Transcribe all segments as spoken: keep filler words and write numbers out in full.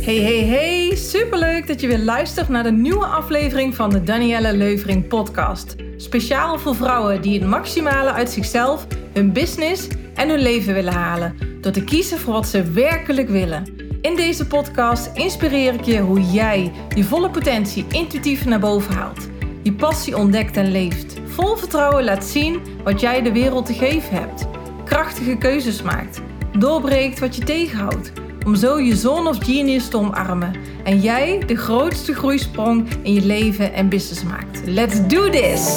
Hey, hey, hey! Superleuk dat je weer luistert naar de nieuwe aflevering van de Danielle Leuvering podcast. Speciaal voor vrouwen die het maximale uit zichzelf, hun business en hun leven willen halen. Door te kiezen voor wat ze werkelijk willen. In deze podcast inspireer ik je hoe jij je volle potentie intuïtief naar boven haalt. Je passie ontdekt en leeft. Vol vertrouwen laat zien wat jij de wereld te geven hebt. Krachtige keuzes maakt. Doorbreekt wat je tegenhoudt. Om zo je zone of genius te omarmen. En jij de grootste groeisprong in je leven en business maakt. Let's do this!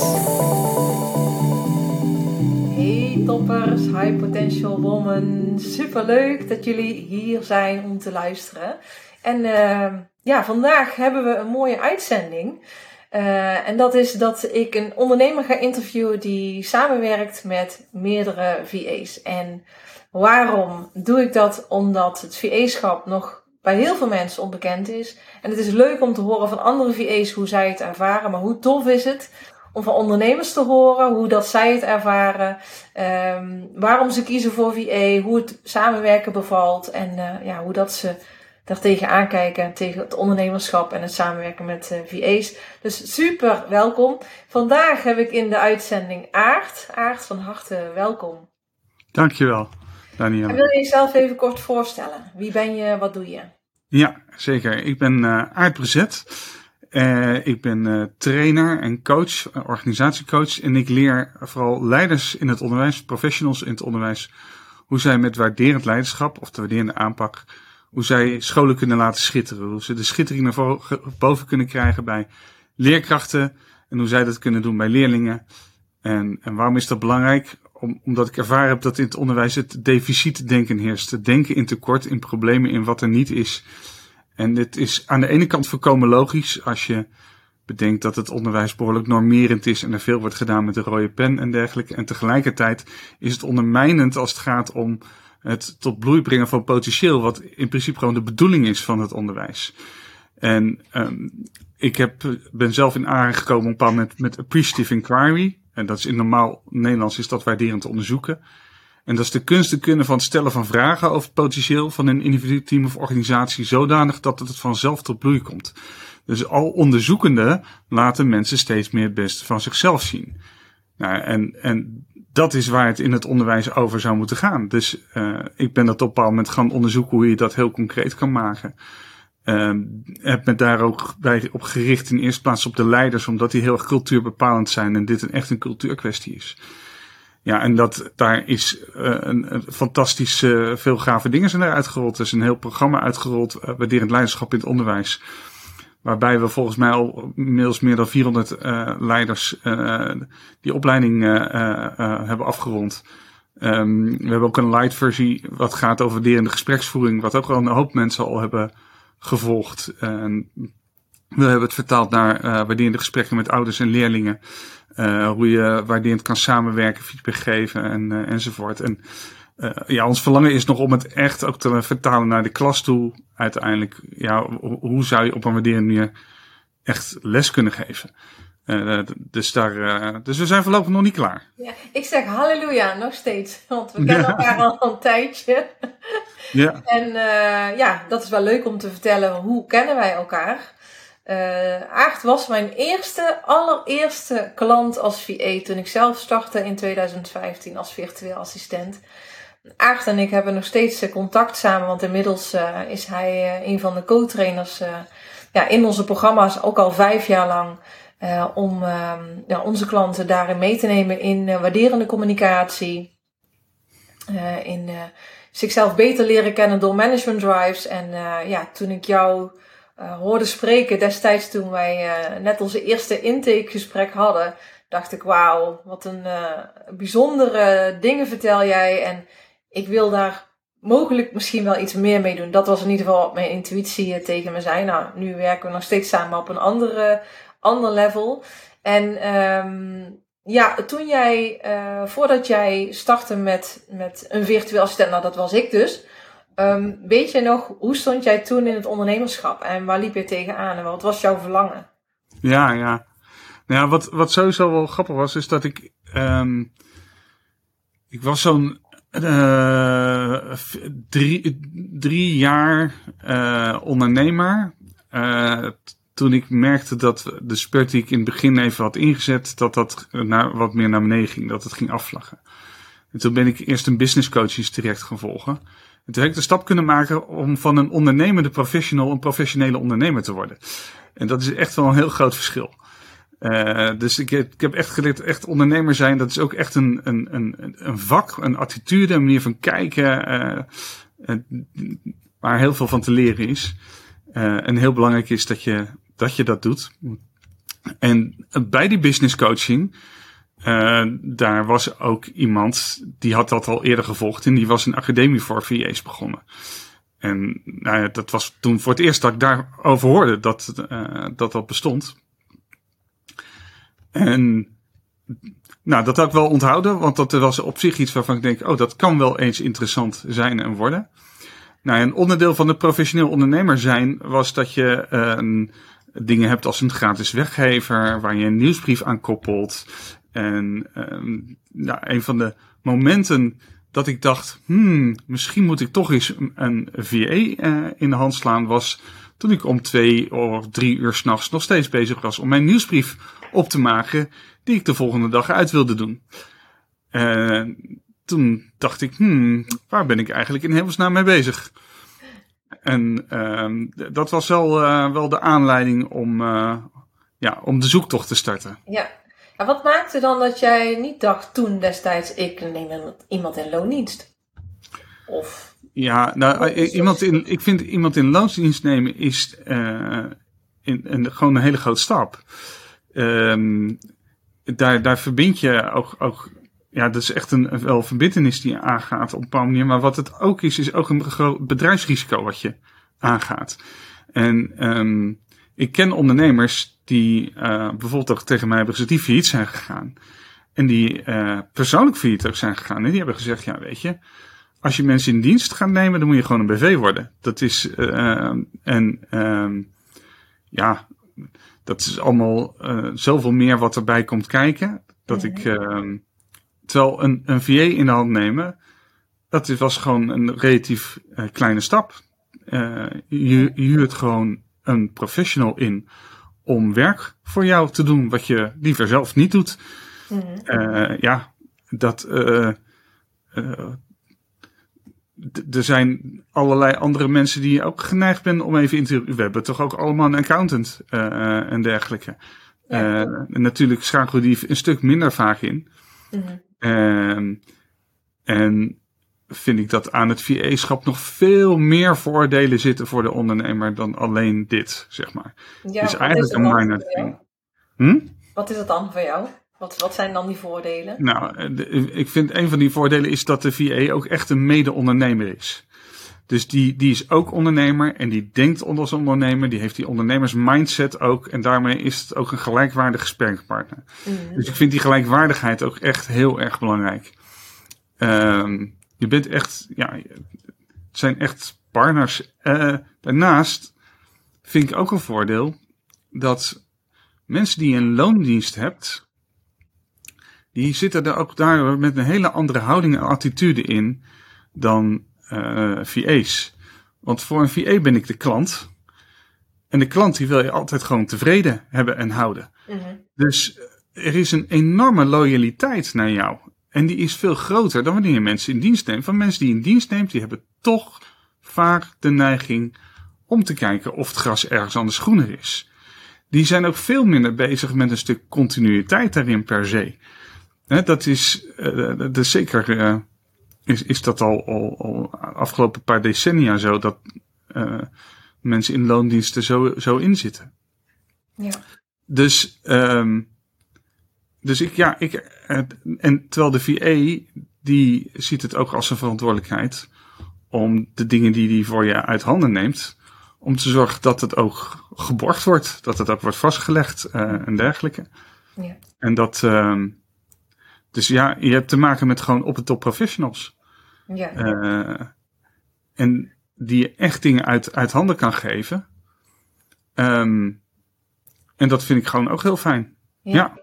Hey toppers, high potential woman. Superleuk dat jullie hier zijn om te luisteren. En uh, ja, vandaag hebben we een mooie uitzending. Uh, en dat is dat ik een ondernemer ga interviewen die samenwerkt met meerdere V A's. En waarom doe ik dat? Omdat het V A-schap nog bij heel veel mensen onbekend is. En het is leuk om te horen van andere V A's hoe zij het ervaren. Maar hoe tof is het om van ondernemers te horen hoe dat zij het ervaren. Um, waarom ze kiezen voor V A. Hoe het samenwerken bevalt. En uh, ja, hoe dat ze daar tegen aankijken. Tegen het ondernemerschap en het samenwerken met uh, V A's. Dus super welkom. Vandaag heb ik in de uitzending Aart. Aart, van harte welkom. Dankjewel, Danielle. En wil je jezelf even kort voorstellen? Wie ben je, wat doe je? Ja, zeker. Ik ben uh, Aart Brezet. Uh, ik ben uh, trainer en coach, uh, organisatiecoach. En ik leer vooral leiders in het onderwijs, professionals in het onderwijs, hoe zij met waarderend leiderschap of de waarderende aanpak, hoe zij scholen kunnen laten schitteren. Hoe ze de schittering naar vo- boven kunnen krijgen bij leerkrachten en hoe zij dat kunnen doen bij leerlingen. En, en waarom is dat belangrijk? Om, omdat ik ervaren heb dat in het onderwijs het deficitdenken heerst. Het denken in tekort, in problemen, in wat er niet is. En dit is aan de ene kant volkomen logisch als je bedenkt dat het onderwijs behoorlijk normerend is en er veel wordt gedaan met de rode pen en dergelijke. En tegelijkertijd is het ondermijnend als het gaat om het tot bloei brengen van potentieel, wat in principe gewoon de bedoeling is van het onderwijs. En um, ik heb, ben zelf in aanraking gekomen op een bepaald moment met appreciative inquiry. En dat is in normaal Nederlands is dat waarderend onderzoeken. En dat is de kunst te kunnen van het stellen van vragen over het potentieel van een individu, team of organisatie zodanig dat het vanzelf tot bloei komt. Dus al onderzoekende laten mensen steeds meer het beste van zichzelf zien. Nou, en, en dat is waar het in het onderwijs over zou moeten gaan. Dus uh, ik ben dat op een bepaald moment gaan onderzoeken hoe je dat heel concreet kan maken. Uh, heb me daar ook bij op gericht in eerste plaats op de leiders, omdat die heel erg cultuurbepalend zijn en dit een, echt een cultuurkwestie is. Ja, en dat daar is uh, een, een fantastisch uh, veel gave dingen zijn er uitgerold. Er is een heel programma uitgerold, uh, waarderend leiderschap in het onderwijs. Waarbij we volgens mij al inmiddels meer dan vierhonderd uh, leiders uh, die opleiding uh, uh, uh, hebben afgerond. Um, we hebben ook een light versie wat gaat over waarderende gespreksvoering, wat ook al een hoop mensen al hebben gevolgd. En we hebben het vertaald naar uh, waarderende gesprekken met ouders en leerlingen. Uh, hoe je waarderend kan samenwerken, feedback geven en, uh, enzovoort. En uh, ja, ons verlangen is nog om het echt ook te vertalen naar de klas toe. Uiteindelijk, ja, hoe zou je op een waarderende manier echt les kunnen geven? Uh, dus, daar, uh, dus we zijn voorlopig nog niet klaar. Ja, ik zeg halleluja, nog steeds. Want we kennen ja. elkaar al een tijdje. Ja. En uh, ja, dat is wel leuk om te vertellen. Hoe kennen wij elkaar? Uh, Aart was mijn eerste, allereerste klant als V A toen ik zelf startte in tweeduizend vijftien als virtueel assistent. Aart en ik hebben nog steeds contact samen, want inmiddels uh, is hij uh, een van de co-trainers uh, ja, in onze programma's, ook al vijf jaar lang. Uh, om uh, ja, onze klanten daarin mee te nemen in uh, waarderende communicatie. Uh, in uh, zichzelf beter leren kennen door management drives. En uh, ja, toen ik jou uh, hoorde spreken destijds toen wij uh, net onze eerste intakegesprek hadden, dacht ik wauw, wat een uh, bijzondere dingen vertel jij. En ik wil daar mogelijk misschien wel iets meer mee doen. Dat was in ieder geval wat mijn intuïtie uh, tegen me zei. Nou, nu werken we nog steeds samen op een andere ander level. En um, ja, toen jij, uh, voordat jij startte met, met een virtueel assistent, nou dat was ik dus. Um, weet je nog, hoe stond jij toen in het ondernemerschap? En waar liep je tegenaan? En wat was jouw verlangen? Ja, ja. Nou ja, wat, wat sowieso wel grappig was, is dat ik, um, ik was zo'n Uh, drie, drie jaar uh, ondernemer. Uh, toen ik merkte dat de spurt die ik in het begin even had ingezet, dat dat naar, wat meer naar beneden ging, dat het ging afvlaggen. En toen ben ik eerst een business coaches traject gaan volgen. En toen heb ik de stap kunnen maken om van een ondernemende professional een professionele ondernemer te worden. En dat is echt wel een heel groot verschil. Uh, dus ik heb, ik heb echt geleerd, echt ondernemer zijn, dat is ook echt een, een, een, een vak, een attitude, een manier van kijken, uh, uh, waar heel veel van te leren is. Uh, en heel belangrijk is dat je, dat je dat doet. En bij die business coaching, uh, daar was ook iemand, die had dat al eerder gevolgd en die was een academie voor V A's begonnen. En nou ja, dat was toen voor het eerst dat ik daarover hoorde, dat uh, dat, dat bestond. En nou, dat had ik wel onthouden, want dat was op zich iets waarvan ik denk, oh, dat kan wel eens interessant zijn en worden. Nou, een onderdeel van het professioneel ondernemer zijn was dat je uh, dingen hebt als een gratis weggever, waar je een nieuwsbrief aan koppelt. En uh, nou, een van de momenten dat ik dacht, hmm, misschien moet ik toch eens een V A uh, in de hand slaan, was toen ik om twee of drie uur 's nachts nog steeds bezig was om mijn nieuwsbrief op te maken die ik de volgende dag uit wilde doen. Uh, toen dacht ik, hmm, waar ben ik eigenlijk in hemelsnaam mee bezig? En uh, dat was wel, uh, wel de aanleiding om, uh, ja, om de zoektocht te starten. Ja. En wat maakte dan dat jij niet dacht toen destijds, ik neem iemand in loondienst? Of... Ja, nou, iemand in, ik vind iemand in loondienst nemen is uh, in, in, gewoon een hele grote stap. Um, daar, daar verbind je ook, ook, ja, dat is echt een wel verbintenis die je aangaat op een bepaalde manier. Maar wat het ook is, is ook een groot bedrijfsrisico wat je aangaat. En um, ik ken ondernemers die uh, bijvoorbeeld ook tegen mij hebben gezegd, die failliet zijn gegaan. En die uh, persoonlijk failliet ook zijn gegaan. En die hebben gezegd, ja, weet je, als je mensen in dienst gaat nemen, dan moet je gewoon een B V worden. Dat is, uh, en um, ja, dat is allemaal uh, zoveel meer wat erbij komt kijken. Dat mm-hmm. ik, uh, terwijl een, een V A in de hand nemen, dat was gewoon een relatief uh, kleine stap. Uh, je, je huurt gewoon een professional in om werk voor jou te doen, wat je liever zelf niet doet. Mm-hmm. Uh, ja, dat... Uh, uh, Er zijn allerlei andere mensen die je ook geneigd bent om even in te... We hebben toch ook allemaal een accountant uh, en dergelijke. Ja. Uh, en natuurlijk schakelen die een stuk minder vaak in. Mm-hmm. Uh, en vind ik dat aan het V A-schap nog veel meer voordelen zitten voor de ondernemer dan alleen dit, zeg maar. Ja, dus eigenlijk een minor thing. Hm? Wat is dat dan voor jou? Wat, wat zijn dan die voordelen? Nou, de, ik vind een van die voordelen is dat de V A ook echt een mede-ondernemer is. Dus die, die is ook ondernemer en die denkt als ondernemer. Die heeft die ondernemers-mindset ook. En daarmee is het ook een gelijkwaardige sparringpartner. Mm-hmm. Dus ik vind die gelijkwaardigheid ook echt heel erg belangrijk. Um, je bent echt, ja, het zijn echt partners. Uh, daarnaast vind ik ook een voordeel dat mensen die een loondienst hebt, die zitten er ook daar met een hele andere houding en attitude in dan uh, V A's. Want voor een V A ben ik de klant. En de klant die wil je altijd gewoon tevreden hebben en houden. Mm-hmm. Dus er is een enorme loyaliteit naar jou. En die is veel groter dan wanneer je mensen in dienst neemt. Van mensen die je in dienst neemt, die hebben toch vaak de neiging om te kijken of het gras ergens anders groener is. Die zijn ook veel minder bezig met een stuk continuïteit daarin per se. He, dat is, uh, dat is zeker, uh, is, is dat al, al, al afgelopen paar decennia zo, dat uh, mensen in loondiensten zo, zo inzitten. Ja. Dus, um, dus ik, ja, ik, uh, en terwijl de V A, die ziet het ook als een verantwoordelijkheid om de dingen die hij voor je uit handen neemt, om te zorgen dat het ook geborgd wordt, dat het ook wordt vastgelegd uh, en dergelijke. Ja. En dat, um, dus ja, je hebt te maken met gewoon op het top professionals. Ja. Uh, en die je echt dingen uit, uit handen kan geven. Um, en dat vind ik gewoon ook heel fijn. Ja. ja.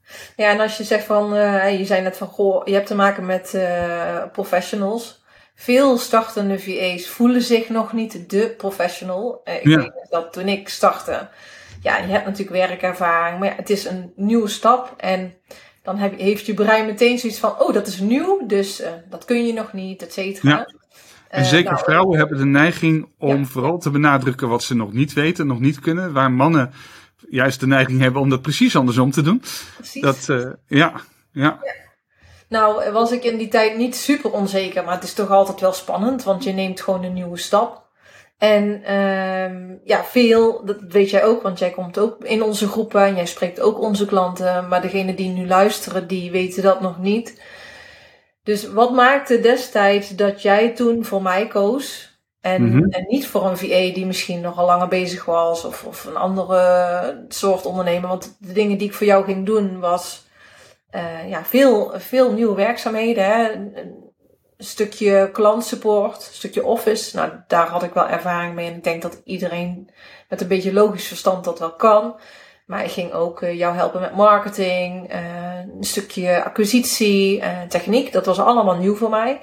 Ja, en als je zegt van, uh, je zei net van, goh, je hebt te maken met uh, professionals. Veel startende V A's voelen zich nog niet de professional. Uh, ik ja. weet dat toen ik startte, ja, je hebt natuurlijk werkervaring, maar ja, het is een nieuwe stap. En dan heb, heeft je brein meteen zoiets van, oh, dat is nieuw, dus uh, dat kun je nog niet, et cetera. Ja. En zeker uh, nou, vrouwen uh, hebben de neiging om ja. vooral te benadrukken wat ze nog niet weten, nog niet kunnen, waar mannen juist de neiging hebben om dat precies andersom te doen. Precies. Dat, uh, ja, ja. ja. Nou, was ik in die tijd niet super onzeker, maar het is toch altijd wel spannend, want je neemt gewoon een nieuwe stap. En um, ja, veel, dat weet jij ook, want jij komt ook in onze groepen en jij spreekt ook onze klanten, maar degenen die nu luisteren, die weten dat nog niet. Dus wat maakte destijds dat jij toen voor mij koos? En, mm-hmm. en niet voor een V A die misschien nogal langer bezig was of, of een andere soort ondernemer. Want de dingen die ik voor jou ging doen was uh, ja, veel, veel nieuwe werkzaamheden. Hè? Een, een stukje klantsupport, een stukje office. Nou, daar had ik wel ervaring mee. En ik denk dat iedereen met een beetje logisch verstand dat wel kan. Maar ik ging ook uh, jou helpen met marketing, uh, een stukje acquisitie, uh, techniek. Dat was allemaal nieuw voor mij.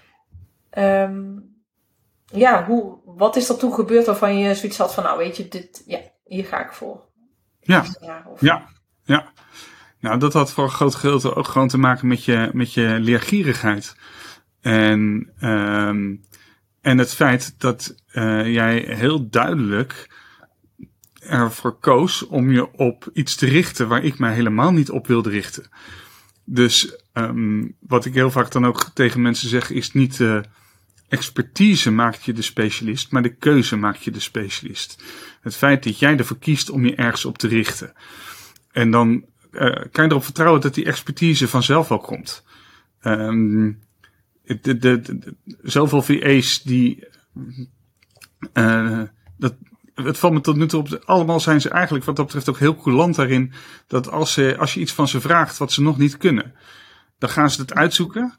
Um, Ja, hoe, wat is er toen gebeurd waarvan je zoiets had van, nou weet je, dit, ja, hier ga ik voor. Ja, of... ja, ja. Nou, dat had voor een groot gedeelte ook gewoon te maken met je, met je leergierigheid. En, um, en het feit dat uh, jij heel duidelijk ervoor koos om je op iets te richten waar ik mij helemaal niet op wilde richten. Dus um, wat ik heel vaak dan ook tegen mensen zeg is niet... Uh, expertise maakt je de specialist, maar de keuze maakt je de specialist. Het feit dat jij ervoor kiest om je ergens op te richten. En dan uh, kan je erop vertrouwen dat die expertise vanzelf wel komt. Um, de, de, de, de, zoveel V A's die... Uh, dat, het valt me tot nu toe op. Allemaal zijn ze eigenlijk wat dat betreft ook heel coulant daarin. Dat als, ze, als je iets van ze vraagt wat ze nog niet kunnen, dan gaan ze het uitzoeken.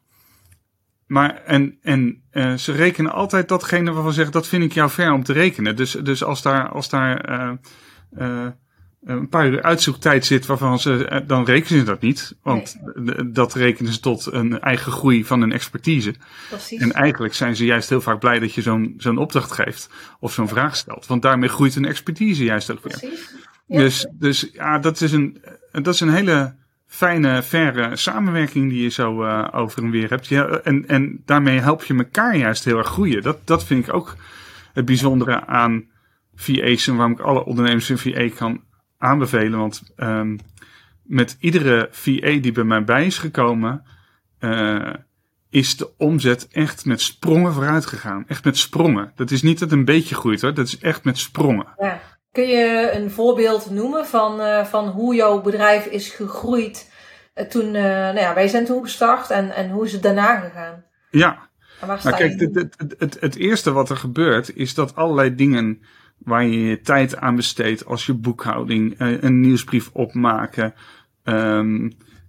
Maar en, en uh, ze rekenen altijd datgene waarvan ze zeggen, dat vind ik jou ver om te rekenen. Dus, dus als daar, als daar uh, uh, een paar uur uitzoektijd zit waarvan ze, uh, dan rekenen ze dat niet. Want nee. d- dat rekenen ze tot een eigen groei van een expertise. Precies. En eigenlijk zijn ze juist heel vaak blij dat je zo'n, zo'n opdracht geeft of zo'n vraag stelt. Want daarmee groeit een expertise juist ook weer. Precies. Ja. Dus, dus ja, dat is een, dat is een hele... fijne, faire samenwerking die je zo uh, over en weer hebt. Ja, en, en daarmee help je elkaar juist heel erg groeien. Dat, dat vind ik ook het bijzondere aan V A's en waarom ik alle ondernemers een V A kan aanbevelen. Want um, met iedere V A die bij mij bij is gekomen, uh, is de omzet echt met sprongen vooruit gegaan. Echt met sprongen. Dat is niet dat het een beetje groeit hoor, dat is echt met sprongen. Ja. Kun je een voorbeeld noemen van, uh, van hoe jouw bedrijf is gegroeid uh, toen, uh, nou ja, wij zijn toen gestart en, en hoe is het daarna gegaan? Ja, en waar sta nou kijk, je het, het, het, het eerste wat er gebeurt is dat allerlei dingen waar je je tijd aan besteedt als je boekhouding, uh, een nieuwsbrief opmaken um,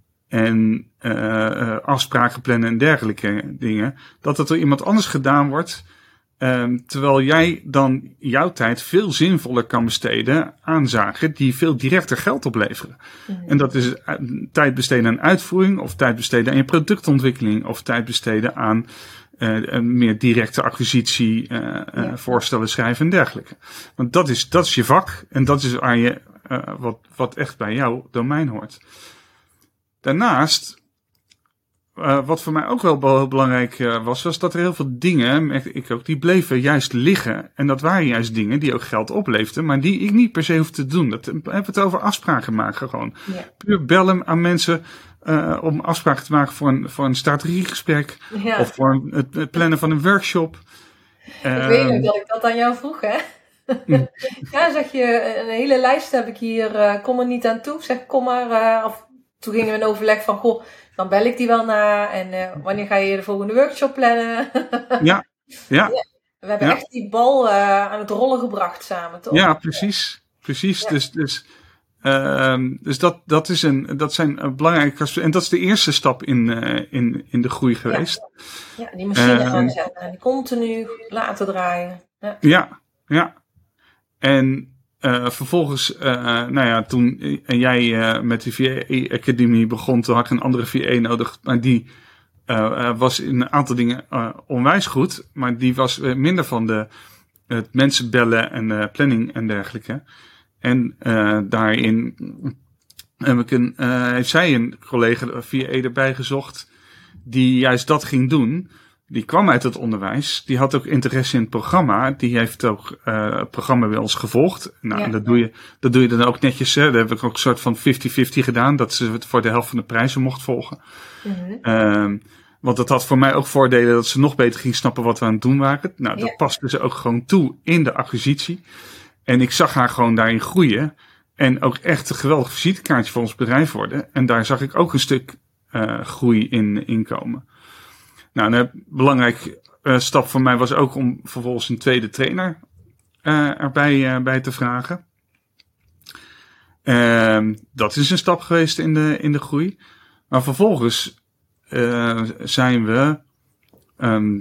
en uh, uh, afspraken plannen en dergelijke dingen, dat het door iemand anders gedaan wordt. Um, terwijl jij dan jouw tijd veel zinvoller kan besteden aan zaken die veel directer geld opleveren. Mm-hmm. En dat is tijd besteden aan uitvoering, of tijd besteden aan je productontwikkeling, of tijd besteden aan uh, een meer directe acquisitie, uh, ja. uh, voorstellen schrijven en dergelijke. Want dat is, dat is je vak en dat is waar je, uh, wat, wat echt bij jouw domein hoort. Daarnaast, Uh, wat voor mij ook wel heel belangrijk uh, was, was dat er heel veel dingen, merkte ik ook, die bleven juist liggen. En dat waren juist dingen die ook geld opleefden, maar die ik niet per se hoef te doen. Dat hebben we het over afspraken maken gewoon. Ja. Puur bellen aan mensen uh, om afspraken te maken voor een, voor een strategiegesprek. Ja. Of voor een, het, het plannen van een workshop. Ik uh, weet nog dat ik dat aan jou vroeg, hè? Mm. Ja, zeg je, een hele lijst heb ik hier, uh, kom er niet aan toe. Zeg, kom maar, uh, of toen gingen we in overleg van, goh, dan bel ik die wel na. En uh, wanneer ga je de volgende workshop plannen? ja, ja. ja. We hebben ja. echt die bal uh, aan het rollen gebracht samen, toch? Ja, precies. Precies. Ja. Dus, dus, uh, dus dat, dat, is een, dat zijn uh, belangrijke aspecten. En dat is de eerste stap in, uh, in, in de groei geweest. Ja, ja die machine uh, aanzetten en die continu laten draaien. Ja, ja. ja. En uh, vervolgens, uh, nou ja, toen jij uh, met de V A-academie begon, toen had ik een andere V A nodig. Maar die uh, uh, was in een aantal dingen uh, onwijs goed. Maar die was uh, minder van de het mensen bellen en uh, planning en dergelijke. En uh, daarin heb ik een, uh, heeft zij een collega V A erbij gezocht die juist dat ging doen. Die kwam uit het onderwijs. Die had ook interesse in het programma. Die heeft ook uh, het programma bij ons gevolgd. Nou, ja. en dat doe je, dat doe je dan ook netjes. Hè. Daar heb ik ook een soort van vijftig vijftig gedaan. Dat ze het voor de helft van de prijzen mocht volgen. Mm-hmm. Um, want dat had voor mij ook voordelen dat ze nog beter ging snappen wat we aan het doen waren. Nou, dat ja. paste ze ook gewoon toe in de acquisitie. En ik zag haar gewoon daarin groeien. En ook echt een geweldig visitekaartje voor ons bedrijf worden. En daar zag ik ook een stuk uh, groei in inkomen. Nou, een belangrijke uh, stap voor mij was ook om vervolgens een tweede trainer uh, erbij uh, bij te vragen. Uh, dat is een stap geweest in de, in de groei. Maar vervolgens uh, zijn we um,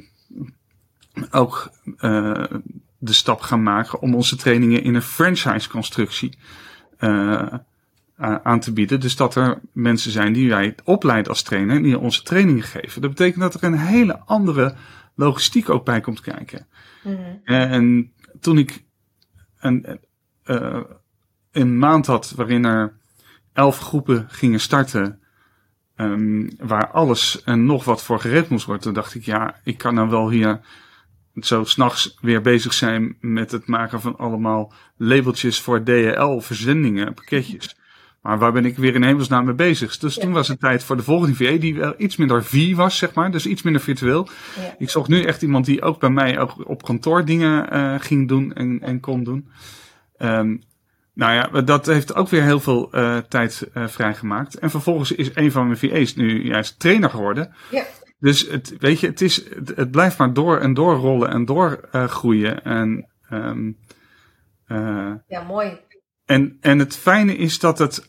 ook uh, de stap gaan maken om onze trainingen in een franchise-constructie uh, Uh, aan te bieden. Dus dat er mensen zijn die wij opleiden als trainer en die onze trainingen geven. Dat betekent dat er een hele andere logistiek ook bij komt kijken. Mm-hmm. En toen ik een, uh, een maand had waarin er elf groepen gingen starten, um, waar alles en nog wat voor gereed moest worden, toen dacht ik, ja, ik kan nou wel hier zo 's nachts weer bezig zijn met het maken van allemaal labeltjes voor D H L, verzendingen, pakketjes. Maar waar ben ik weer in hemelsnaam mee bezig? Dus ja. toen was het tijd voor de volgende V A, die wel iets minder V was, zeg maar. Dus iets minder virtueel. Ja. Ik zocht nu echt iemand die ook bij mij ook op kantoor dingen uh, ging doen en, en kon doen. Um, nou ja, dat heeft ook weer heel veel uh, tijd uh, vrijgemaakt. En vervolgens is een van mijn V A's nu juist trainer geworden. Ja. Dus het, weet je, het, is, het, het blijft maar door en doorrollen en doorgroeien. Uh, en, um, uh, ja, mooi. En, en het fijne is dat het,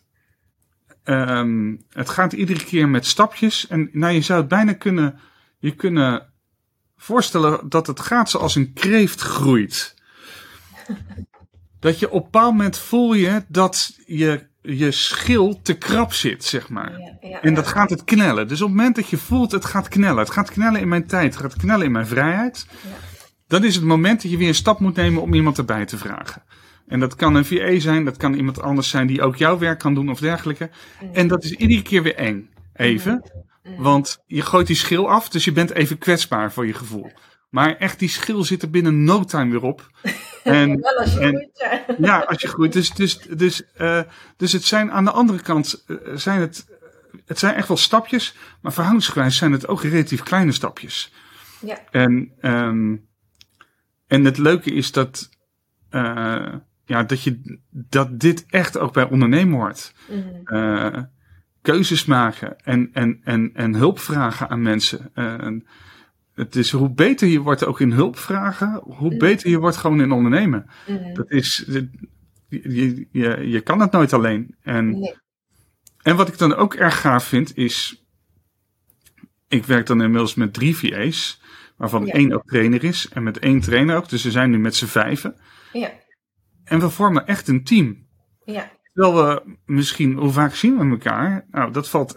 um, het gaat iedere keer met stapjes. En nou, je zou het bijna kunnen, je kunnen voorstellen dat het gaat zoals een kreeft groeit. Dat je op een bepaald moment voel je dat je, je schil te krap zit, zeg maar. Ja, ja, en dat ja. gaat het knellen. Dus op het moment dat je voelt het gaat knellen. Het gaat knellen in mijn tijd. Het gaat knellen in mijn vrijheid. Ja. Dan is het moment dat je weer een stap moet nemen om iemand erbij te vragen. En dat kan een V A zijn, dat kan iemand anders zijn die ook jouw werk kan doen of dergelijke. Mm. En dat is iedere keer weer eng. Even. Mm. Want je gooit die schil af, dus je bent even kwetsbaar voor je gevoel. Maar echt, die schil zit er binnen no time weer op. En, ja, wel als je en, groeit, ja. Ja, als je groeit. Dus, dus, dus, uh, dus het zijn aan de andere kant, uh, zijn het, het zijn echt wel stapjes. Maar verhoudingsgewijs zijn het ook relatief kleine stapjes. Ja. En, um, en het leuke is dat... Uh, Ja, dat je dat dit echt ook bij ondernemen hoort. Mm-hmm. Uh, keuzes maken en, en, en, en hulp vragen aan mensen. Uh, het is hoe beter je wordt ook in hulp vragen, hoe mm-hmm. beter je wordt gewoon in ondernemen. Mm-hmm. Dat is, je, je, je kan het nooit alleen. En, nee. en wat ik dan ook erg gaaf vind is, ik werk dan inmiddels met drie V A's, waarvan ja. één ook trainer is en met één trainer ook. Dus we zijn nu met z'n vijven. Ja. En we vormen echt een team. Ja. Terwijl we misschien, hoe vaak zien we elkaar? Nou, dat valt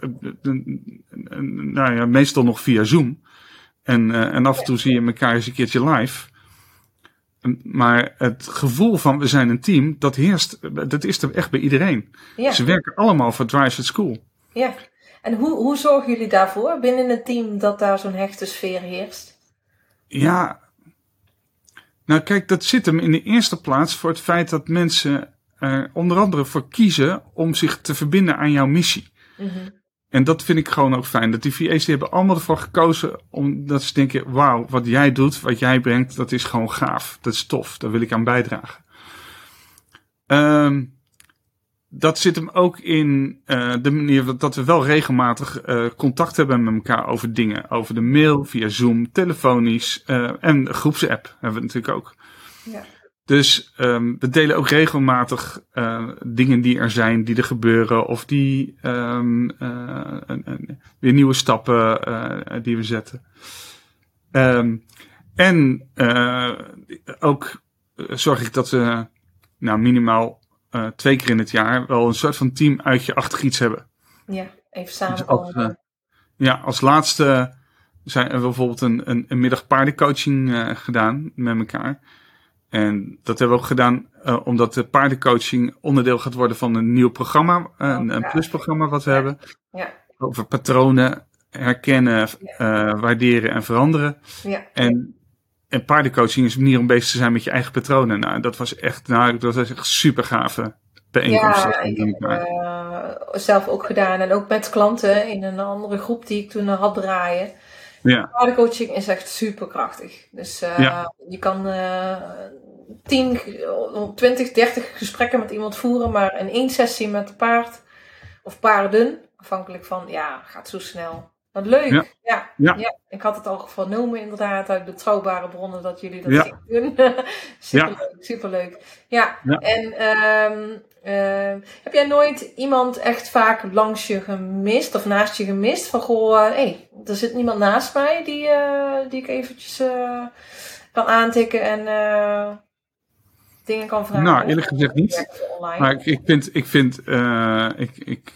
nou ja, meestal nog via Zoom. En, uh, en af en toe zie je elkaar eens een keertje live. Maar het gevoel van we zijn een team, dat heerst, dat is er echt bij iedereen. Ja. Ze werken allemaal voor Drive at School. Ja, en hoe, hoe zorgen jullie daarvoor binnen het team dat daar zo'n hechte sfeer heerst? Ja, nou kijk, dat zit hem in de eerste plaats voor het feit dat mensen er onder andere voor kiezen om zich te verbinden aan jouw missie. Mm-hmm. En dat vind ik gewoon ook fijn. Dat die V A's die hebben allemaal ervoor gekozen omdat ze denken, wauw, wat jij doet, wat jij brengt, dat is gewoon gaaf. Dat is tof, daar wil ik aan bijdragen. Um, dat zit hem ook in uh, de manier dat we wel regelmatig uh, contact hebben met elkaar over dingen. Over de mail, via Zoom, telefonisch uh, en groepsapp hebben we natuurlijk ook. Ja. Dus um, we delen ook regelmatig uh, dingen die er zijn, die er gebeuren. Of die um, uh, uh, uh, weer nieuwe stappen uh, die we zetten. Um, en uh, ook zorg ik dat we nou minimaal uh, twee keer in het jaar wel een soort van team uitje-achtig iets hebben. Ja, even samen. Dus als, uh, ja, als laatste zijn we bijvoorbeeld een, een, een middag paardencoaching uh, gedaan met elkaar. En dat hebben we ook gedaan uh, omdat de paardencoaching onderdeel gaat worden van een nieuw programma. Uh, een, een plusprogramma wat we ja. hebben. Ja. Over patronen herkennen, ja. uh, waarderen en veranderen. Ja. En, en paardencoaching is een manier om bezig te zijn met je eigen patronen. Nou, dat was echt, nou, dat was echt super gave bijeenkomst. Ja, ik heb uh, zelf ook gedaan. En ook met klanten in een andere groep die ik toen had draaien. Ja. Paardencoaching is echt super krachtig. Dus uh, ja. je kan uh, tien, twintig, dertig gesprekken met iemand voeren, maar in één sessie met een paard of paarden, afhankelijk van, ja, gaat zo snel. Wat leuk. Ja. Ja, ja. ja. Ik had het al vernomen inderdaad uit betrouwbare bronnen dat jullie dat ja. doen. Superleuk, ja. superleuk. Ja, ja. En um, uh, heb jij nooit iemand echt vaak langs je gemist of naast je gemist? Van goh, hé, uh, hey, er zit niemand naast mij die, uh, die ik eventjes uh, kan aantikken en uh, dingen kan vragen? Nou, eerlijk gezegd niet. Maar ik, ik vind, ik vind, uh, ik, ik,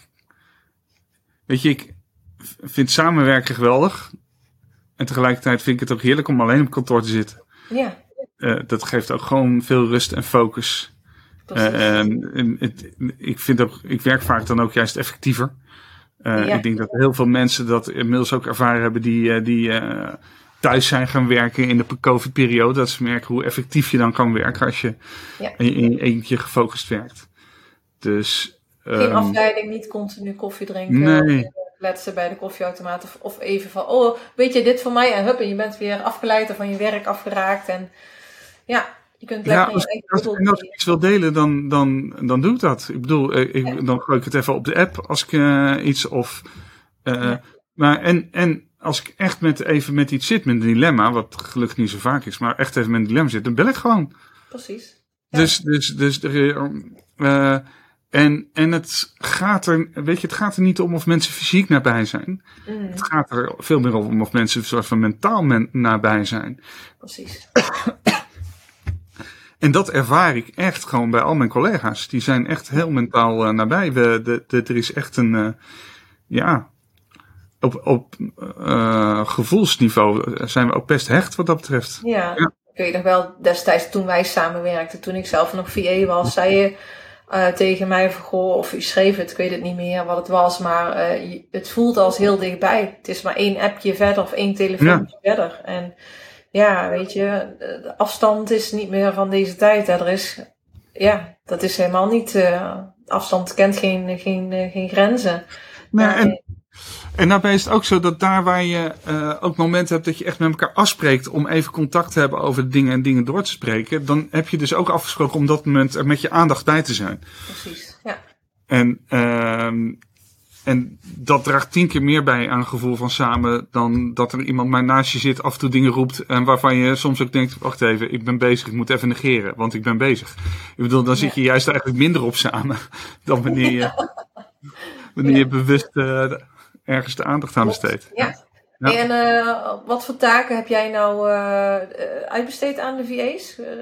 weet je, ik vind samenwerken geweldig. En tegelijkertijd vind ik het ook heerlijk om alleen op kantoor te zitten. Ja. Uh, dat geeft ook gewoon veel rust en focus. Uh, en het, ik, vind ook, ik werk vaak dan ook juist effectiever. Uh, ja. Ik denk dat heel veel mensen dat inmiddels ook ervaren hebben die, uh, die uh, thuis zijn gaan werken in de COVID-periode. Dat ze merken hoe effectief je dan kan werken als je ja. in, in je eentje gefocust werkt. Dus, Geen um, afleiding, niet continu koffie drinken. Nee. Kletsen bij de koffieautomaat of, of even van, oh, weet je dit voor mij? En hup, en je bent weer afgeleid of van je werk afgeraakt. En ja, je kunt lekker... Ja, als, als, als, als ik iets wil delen, dan, dan, dan doe ik dat. Ik bedoel, ik, ja. dan gooi ik het even op de app als ik uh, iets of... Uh, ja. maar en, en als ik echt met, even met iets zit, met een dilemma, wat gelukkig niet zo vaak is, maar echt even met een dilemma zit, dan bel ik gewoon. Precies. Ja. Dus, dus, dus... Uh, En, en het gaat er, weet je, het gaat er niet om of mensen fysiek nabij zijn. Mm. Het gaat er veel meer om of mensen een soort van mentaal men, nabij zijn. Precies. En dat ervaar ik echt gewoon bij al mijn collega's. Die zijn echt heel mentaal uh, nabij. We, de, de, er is echt een, uh, ja, op, op uh, gevoelsniveau zijn we ook best hecht wat dat betreft. Ja, ja. Ik weet nog wel destijds toen wij samenwerkten, toen ik zelf nog V A was, zei je... Uh, tegen mij van, goh, of u schreef het, ik weet het niet meer wat het was, maar uh, het voelt als heel dichtbij. Het is maar één appje verder of één telefoontje ja. verder. En ja, weet je, de afstand is niet meer van deze tijd. Hè. Er is, ja, dat is helemaal niet, uh, afstand kent geen, geen, uh, geen grenzen. Nee, maar, en, en daarbij is het ook zo dat daar waar je uh, ook momenten hebt dat je echt met elkaar afspreekt om even contact te hebben over dingen en dingen door te spreken, dan heb je dus ook afgesproken om dat moment er met je aandacht bij te zijn. Precies, ja. En, uh, en dat draagt tien keer meer bij aan een gevoel van samen dan dat er iemand maar naast je zit, af en toe dingen roept en waarvan je soms ook denkt, wacht even, ik ben bezig, ik moet even negeren, want ik ben bezig. Ik bedoel, dan zit je ja. juist eigenlijk minder op samen dan wanneer je, ja. wanneer ja. je bewust uh, ergens de aandacht aan besteedt. Ja. Ja. En uh, wat voor taken heb jij nou uh, uitbesteed aan de V A's? Uh,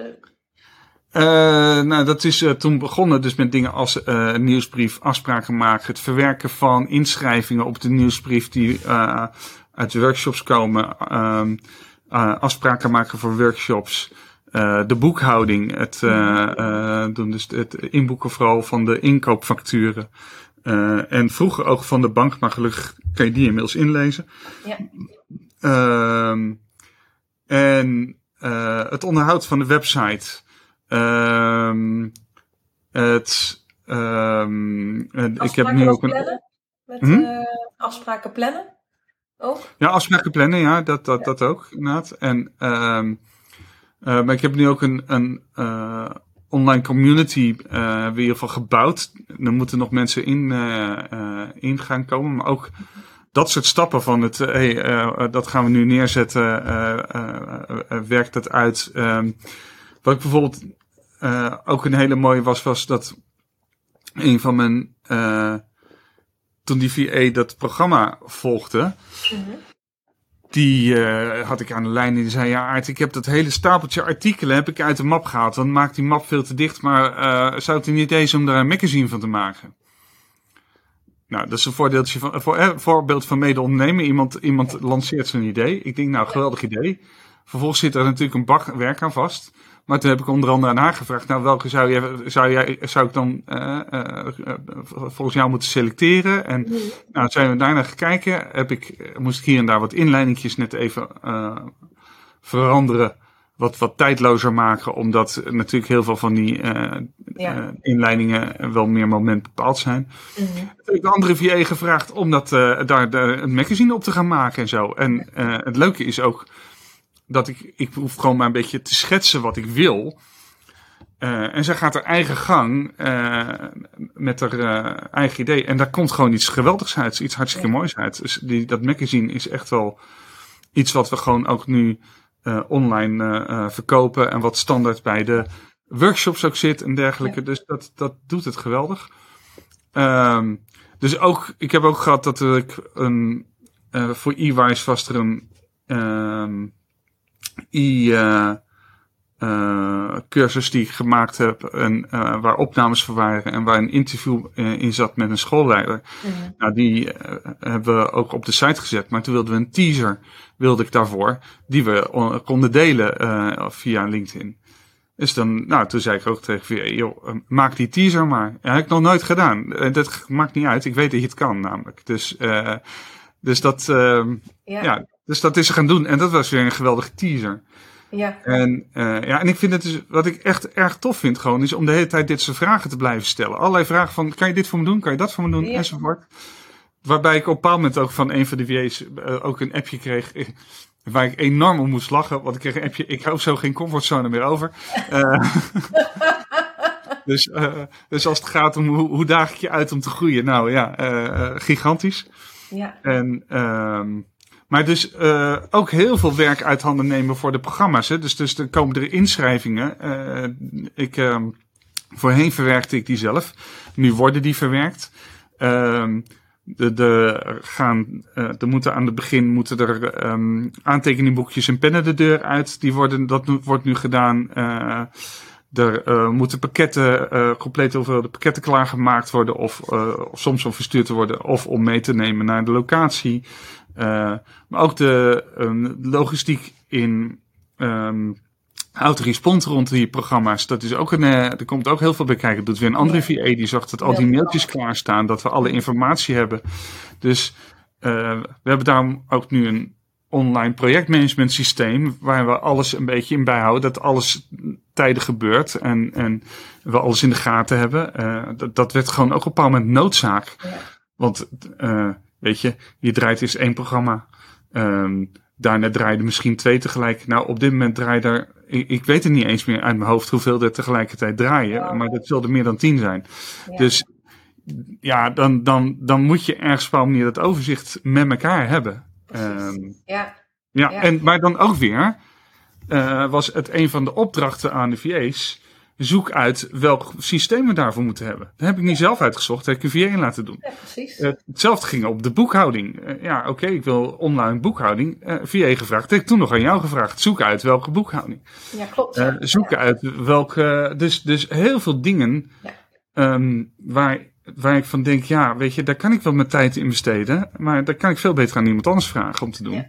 Uh, nou, dat is uh, toen begonnen dus met dingen als uh, nieuwsbrief, afspraken maken, het verwerken van inschrijvingen op de nieuwsbrief die uh, uit de workshops komen, uh, uh, afspraken maken voor workshops, uh, de boekhouding, het uh, uh, doen dus het inboeken vooral van de inkoopfacturen. Uh, en vroeger ook van de bank, maar gelukkig kan je die inmiddels inlezen. Ja. Uh, en uh, het onderhoud van de website. Um, het, um, ik heb nu ook een. Plannen? Met hm? uh, afspraken plannen? Ook? Ja, afspraken plannen, ja, dat, dat, ja. dat ook, inderdaad. En, um, uh, maar ik heb nu ook een, een uh, online community uh, weer in ieder geval gebouwd. Er moeten nog mensen in, uh, uh, in gaan komen, maar ook dat soort stappen van het, uh, hey, uh, dat gaan we nu neerzetten, uh, uh, uh, werkt dat uit. Um, wat ik bijvoorbeeld uh, ook een hele mooie was, was dat een van mijn, uh, toen die V A dat programma volgde, mm-hmm. die uh, had ik aan de lijn en die zei, ja Aart, ik heb dat hele stapeltje artikelen heb ik uit de map gehaald. Dan maakt die map veel te dicht, maar uh, zou het een idee zijn om daar een magazine van te maken? Nou, dat is een voordeeltje van, voor, eh, voorbeeld van mede-ondernemen. Iemand, iemand lanceert zo'n idee. Ik denk, nou, geweldig idee. Vervolgens zit er natuurlijk een bak werk aan vast. Maar toen heb ik onder andere aan haar gevraagd, nou, welke zou, je, zou, jij, zou ik dan uh, uh, uh, volgens jou moeten selecteren? En mm. nou, zijn we daarna gekeken. Heb ik, moest ik hier en daar wat inleidingjes net even uh, veranderen. Wat, wat tijdlozer maken, omdat natuurlijk heel veel van die uh, ja. uh, inleidingen wel meer moment bepaald zijn. Mm-hmm. Toen heb ik de andere V A gevraagd om dat, uh, daar de, een magazine op te gaan maken en zo. En uh, het leuke is ook dat ik, ik hoef gewoon maar een beetje te schetsen wat ik wil. Uh, en zij gaat haar eigen gang uh, met haar uh, eigen idee. En daar komt gewoon iets geweldigs uit, iets hartstikke ja. moois uit. Dus die, dat magazine is echt wel iets wat we gewoon ook nu Uh, online uh, uh, verkopen en wat standaard bij de workshops ook zit en dergelijke. Ja. Dus dat, dat doet het geweldig. Um, dus ook, ik heb ook gehad dat ik een, uh, voor e-wise was er een um, e uh, uh, cursus die ik gemaakt heb en uh, waar opnames voor waren en waar een interview uh, in zat met een schoolleider. Mm-hmm. Nou, die uh, hebben we ook op de site gezet, maar toen wilden we een teaser wilde ik daarvoor, die we on- konden delen uh, via LinkedIn. Dus dan, nou, toen zei ik ook tegen V A, joh, uh, maak die teaser maar. Ja, dat heb ik nog nooit gedaan. Uh, dat maakt niet uit, ik weet dat je het kan namelijk. Dus, uh, dus, dat, uh, ja. Ja, dus dat is ze gaan doen en dat was weer een geweldige teaser. Ja. En, uh, ja, en ik vind het dus, wat ik echt erg tof vind gewoon, is om de hele tijd dit soort vragen te blijven stellen. Allerlei vragen van, kan je dit voor me doen, kan je dat voor me doen, ja. enzovoort. Waarbij ik op een bepaald moment ook van een van de V A's uh, ook een appje kreeg, waar ik enorm om moest lachen. Want ik kreeg een appje, ik hou zo geen comfortzone meer over. Uh, dus, uh, dus als het gaat om hoe, hoe daag ik je uit om te groeien, nou ja, uh, gigantisch. Ja. En, um, maar dus uh, ook heel veel werk uit handen nemen voor de programma's. Hè. Dus, dus dan komen er inschrijvingen. Uh, ik, um, voorheen verwerkte ik die zelf. Nu worden die verwerkt. Um, De, de gaan, uh, er moeten aan het begin moeten er um, aantekeningboekjes en pennen de deur uit. Die worden, dat wordt nu gedaan. Uh, er uh, moeten pakketten, uh, compleet over de pakketten klaargemaakt worden. Of, uh, of soms om verstuurd te worden. Of om mee te nemen naar de locatie. Uh, maar ook de um, logistiek in um, autorespond rond die programma's, dat is ook een, uh, er komt ook heel veel bij kijken. Dat doet weer een andere V A die zorgt dat al die mailtjes klaarstaan, dat we alle informatie hebben. Dus uh, we hebben daarom ook nu een online projectmanagement systeem waar we alles een beetje in bijhouden, dat alles tijdig gebeurt en, en we alles in de gaten hebben. Uh, dat, dat werd gewoon ook op een bepaald moment noodzaak. Ja. Want uh, weet je, je draait eens één programma. Um, Daarna draaide misschien twee tegelijk. Nou, op dit moment draaien er, ik, ik weet het niet eens meer uit mijn hoofd hoeveel er tegelijkertijd draaien. Ja. Maar dat zullen er meer dan tien zijn. Ja. Dus ja, dan, dan, dan moet je ergens op een manier dat overzicht met elkaar hebben. Um, ja. Ja, ja. En, maar dan ook weer uh, was het een van de opdrachten aan de V A's. Zoek uit welk systeem we daarvoor moeten hebben. Dat heb ik niet zelf uitgezocht. Dat heb ik een V A in laten doen. Ja, precies. Uh, hetzelfde ging op de boekhouding. Uh, ja, oké, okay, ik wil online boekhouding. Uh, V A gevraagd. Dat heb ik toen nog aan jou gevraagd. Zoek uit welke boekhouding. Ja, klopt. Uh, zoek ja. uit welke... Dus, dus heel veel dingen ja. um, waar, waar ik van denk... Ja, weet je, daar kan ik wel mijn tijd in besteden. Maar daar kan ik veel beter aan iemand anders vragen om te doen. Ja,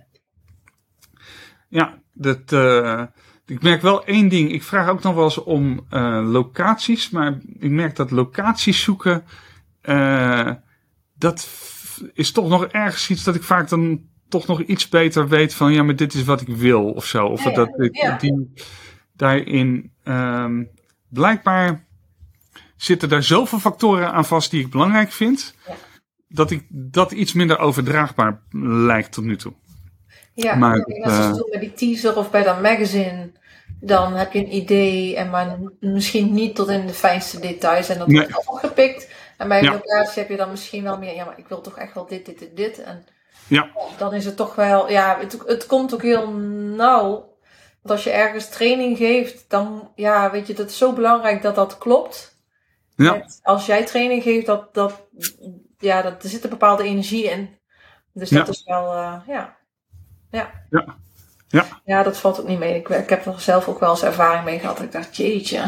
ja dat... Uh, Ik merk wel één ding. Ik vraag ook nog wel eens om uh, locaties. Maar ik merk dat locaties zoeken... Uh, dat f- is toch nog ergens iets dat ik vaak dan toch nog iets beter weet van... Ja, maar dit is wat ik wil of zo. Of ja, ja. dat ik ja. die daarin... Um, blijkbaar zitten daar zoveel factoren aan vast die ik belangrijk vind... Ja. dat ik dat iets minder overdraagbaar lijkt tot nu toe. Ja, maar, ja, als je uh, bij die teaser of bij dat magazine, dan heb je een idee, en maar misschien niet tot in de fijnste details. En dat wordt nee. opgepikt. En bij een ja. locatie heb je dan misschien wel meer, ja, maar ik wil toch echt wel dit, dit, dit, dit. En ja. dan is het toch wel, ja, het, het komt ook heel nauw. Want als je ergens training geeft, dan, ja, weet je, dat is zo belangrijk dat dat klopt. Ja. Met, als jij training geeft, dat, dat, ja, dat, er zit een bepaalde energie in. Dus dat ja. is wel, uh, ja. Ja. Ja. Ja. Ja, dat valt ook niet mee. Ik, ik heb er zelf ook wel eens ervaring mee gehad. Ik dacht, jeetje.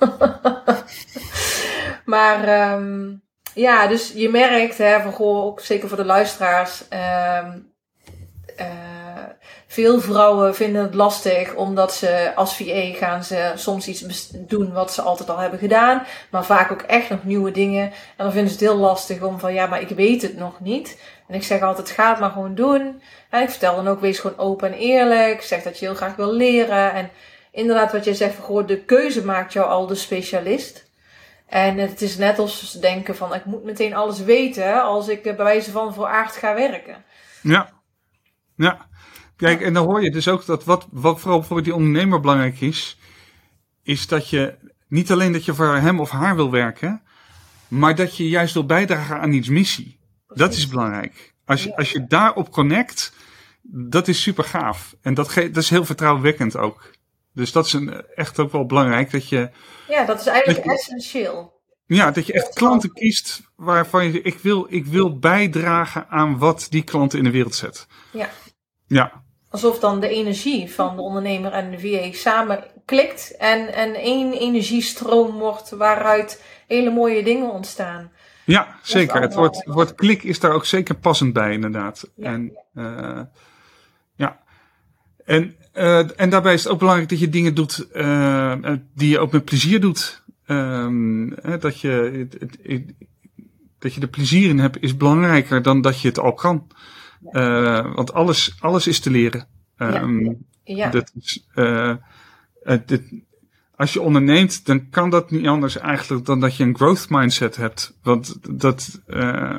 maar um, ja, dus je merkt, hè, van, goh, ook zeker voor de luisteraars. Um, uh, veel vrouwen vinden het lastig, omdat ze als V A gaan ze soms iets doen wat ze altijd al hebben gedaan. Maar vaak ook echt nog nieuwe dingen. En dan vinden ze het heel lastig om van, ja, maar ik weet het nog niet. En ik zeg altijd, ga het maar gewoon doen. En ik vertel dan ook, wees gewoon open en eerlijk. Ik zeg dat je heel graag wil leren. En inderdaad, wat jij zegt, van, de keuze maakt jou al de specialist. En het is net als ze denken van, ik moet meteen alles weten als ik bij wijze van voor Aard ga werken. Ja, ja. Kijk, en dan hoor je dus ook dat wat, wat vooral voor die ondernemer belangrijk is, is dat je niet alleen dat je voor hem of haar wil werken, maar dat je juist wil bijdragen aan iets missie. Dat is belangrijk. Als je, als je daarop connect, dat is super gaaf. En dat, ge- dat is heel vertrouwenwekkend ook. Dus dat is een, echt ook wel belangrijk. Dat je, ja, dat is eigenlijk dat je, essentieel. Ja, dat je echt klanten kiest waarvan je ik wil, ik wil bijdragen aan wat die klanten in de wereld zet. Ja. Ja. Alsof dan de energie van de ondernemer en de V A samen klikt en, en één energiestroom wordt waaruit hele mooie dingen ontstaan. Ja, zeker. Het woord, het woord klik is daar ook zeker passend bij, inderdaad. Ja. En, uh, ja. En, uh, en daarbij is het ook belangrijk dat je dingen doet uh, die je ook met plezier doet. Um, dat, je, het, het, het, dat je er plezier in hebt is belangrijker dan dat je het al kan. Uh, want alles, alles is te leren. Um, ja. Ja. Dat is, uh, uh, dit, als je onderneemt, dan kan dat niet anders eigenlijk dan dat je een growth mindset hebt. Want dat, uh,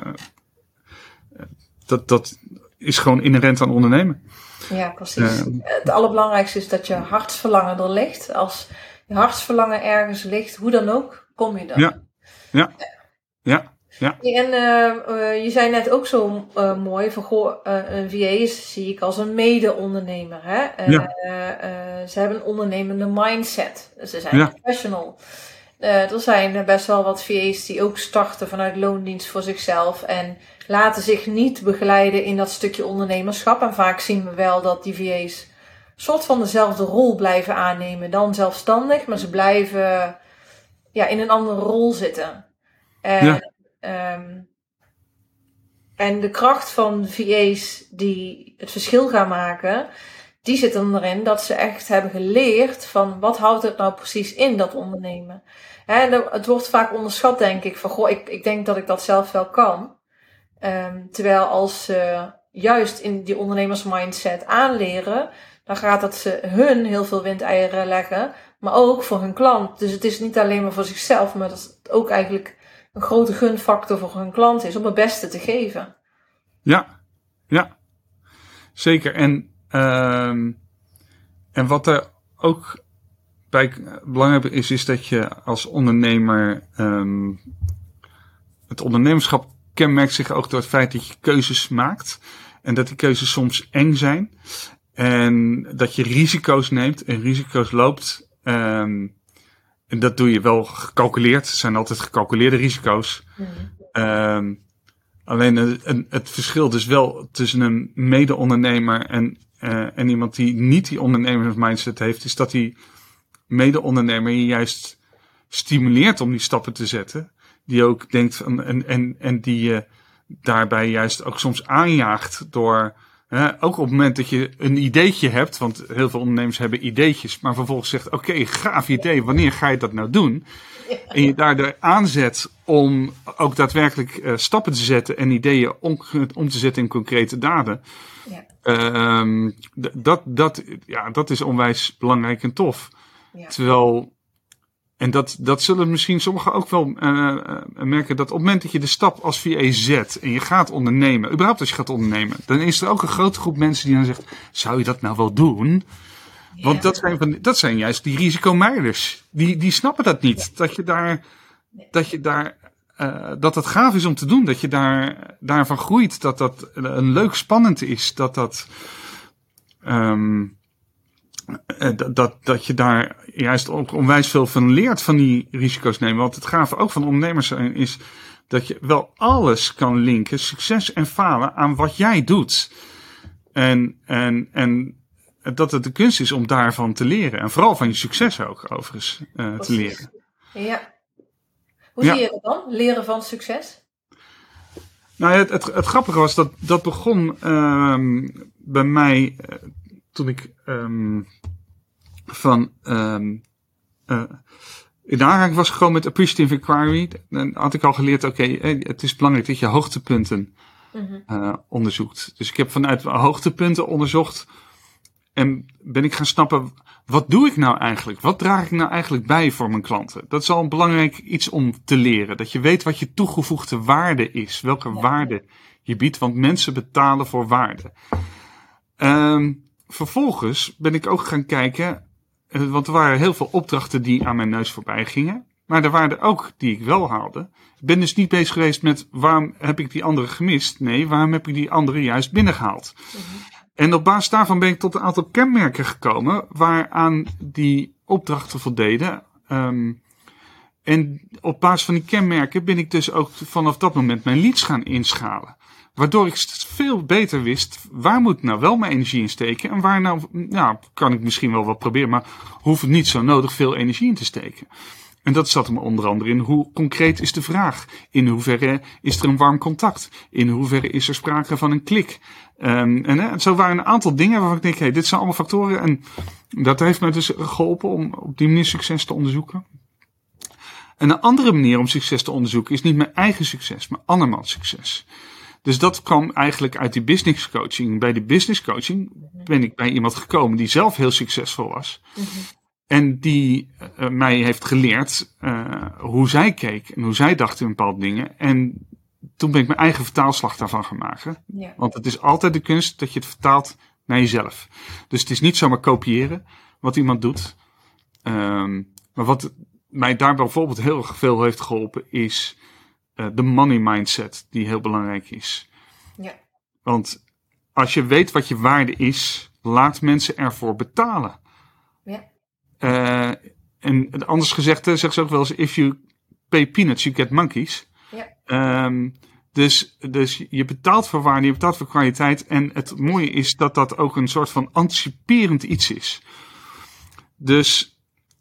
dat, dat is gewoon inherent aan ondernemen. Ja, precies. Uh, het allerbelangrijkste is dat je hartsverlangen er ligt. Als je hartsverlangen ergens ligt, hoe dan ook, kom je dan. Ja, ja, ja. Ja. En uh, uh, je zei net ook zo uh, mooi van goh, uh, een V A is, zie ik als een mede-ondernemer. Hè? Uh, ja. uh, uh, ze hebben een ondernemende mindset. Ze zijn ja. professional. Uh, er zijn best wel wat V A's die ook starten vanuit loondienst voor zichzelf en laten zich niet begeleiden in dat stukje ondernemerschap. En vaak zien we wel dat die V A's soort van dezelfde rol blijven aannemen dan zelfstandig, maar ze blijven ja, in een andere rol zitten. En ja. Um, en de kracht van V A's die het verschil gaan maken, die zit dan erin dat ze echt hebben geleerd van wat houdt het nou precies in, dat ondernemen. He, het wordt vaak onderschat, denk ik, van goh, ik, ik denk dat ik dat zelf wel kan. Um, terwijl als ze juist in die ondernemersmindset aanleren, dan gaat dat ze hun heel veel windeieren leggen, maar ook voor hun klant. Dus het is niet alleen maar voor zichzelf, maar dat is ook eigenlijk een grote gunfactor voor hun klant is om het beste te geven. Ja, ja, zeker. En, uh, en wat er ook bij belangrijk is, is dat je als ondernemer, um, het ondernemerschap kenmerkt zich ook door het feit dat je keuzes maakt. En dat die keuzes soms eng zijn. En dat je risico's neemt en risico's loopt. Um, En dat doe je wel gecalculeerd. Het zijn altijd gecalculeerde risico's. Mm. Um, alleen het, het verschil dus wel tussen een mede-ondernemer en, uh, en iemand die niet die ondernemersmindset heeft, is dat die mede-ondernemer je juist stimuleert om die stappen te zetten. Die ook denkt van, en, en, en die je daarbij juist ook soms aanjaagt door, uh, ook op het moment dat je een ideetje hebt, want heel veel ondernemers hebben ideetjes, maar vervolgens zegt, oké, okay, gaaf idee, wanneer ga je dat nou doen? En je daardoor aanzet om ook daadwerkelijk uh, stappen te zetten en ideeën om, om te zetten in concrete daden. Ja. Um, d- dat, dat, ja, dat is onwijs belangrijk en tof. Ja. Terwijl, en dat, dat zullen misschien sommigen ook wel uh, uh, merken, dat op het moment dat je de stap als V A zet en je gaat ondernemen, überhaupt als je gaat ondernemen, dan is er ook een grote groep mensen die dan zegt, zou je dat nou wel doen? Ja. Want dat zijn, van, dat zijn juist die risicomijders. Die, die snappen dat niet. Ja. Dat je daar, dat je daar, uh, dat het gaaf is om te doen. Dat je daar, daarvan groeit. Dat dat een leuk spannend is. Dat dat, um, dat, dat, dat je daar juist ook onwijs veel van leert van die risico's nemen. Want het gave ook van ondernemers zijn is dat je wel alles kan linken, succes en falen, aan wat jij doet. En, en, en dat het de kunst is om daarvan te leren. En vooral van je succes ook, overigens, uh, te leren. Ja. Hoe ja. zie je dat dan? Leren van succes? Nou, het, het, het grappige was dat dat begon uh, bij mij uh, toen ik um, van um, uh, in aanraking was gekomen met Appreciative Inquiry. Dan had ik al geleerd, oké, okay, het is belangrijk dat je hoogtepunten mm-hmm. uh, onderzoekt. Dus ik heb vanuit hoogtepunten onderzocht en ben ik gaan snappen, wat doe ik nou eigenlijk? Wat draag ik nou eigenlijk bij voor mijn klanten? Dat is al een belangrijk iets om te leren. Dat je weet wat je toegevoegde waarde is. Welke ja. waarde je biedt, want mensen betalen voor waarde. Um, vervolgens ben ik ook gaan kijken, want er waren heel veel opdrachten die aan mijn neus voorbij gingen. Maar er waren er ook die ik wel haalde. Ik ben dus niet bezig geweest met waarom heb ik die andere gemist? Nee, waarom heb ik die andere juist binnengehaald? Mm-hmm. En op basis daarvan ben ik tot een aantal kenmerken gekomen waaraan die opdrachten voldeden. Um, en op basis van die kenmerken ben ik dus ook vanaf dat moment mijn leads gaan inschalen. Waardoor ik veel beter wist, waar moet ik nou wel mijn energie in steken? En waar nou, nou kan ik misschien wel wat proberen, maar hoef ik niet zo nodig veel energie in te steken. En dat zat er onder andere in, hoe concreet is de vraag? In hoeverre is er een warm contact? In hoeverre is er sprake van een klik? Um, en hè, zo waren een aantal dingen waarvan ik denk, hey, dit zijn allemaal factoren. En dat heeft mij dus geholpen om op die manier succes te onderzoeken. En een andere manier om succes te onderzoeken is niet mijn eigen succes, maar andermans succes. Dus dat kwam eigenlijk uit die business coaching. Bij die business coaching ben ik bij iemand gekomen die zelf heel succesvol was. Mm-hmm. En die uh, mij heeft geleerd uh, hoe zij keek en hoe zij dacht in bepaalde dingen. En toen ben ik mijn eigen vertaalslag daarvan gaan maken. Ja. Want het is altijd de kunst dat je het vertaalt naar jezelf. Dus het is niet zomaar kopiëren wat iemand doet. Um, maar wat mij daar bijvoorbeeld heel erg veel heeft geholpen is uh, de money mindset die heel belangrijk is. Ja. Want als je weet wat je waarde is, laat mensen ervoor betalen. Ja. Uh, en anders gezegd, zeggen ze ook wel eens, if you pay peanuts, you get monkeys. Ja. Um, dus, dus je betaalt voor waarde, je betaalt voor kwaliteit. En het mooie is dat dat ook een soort van anticiperend iets is. Dus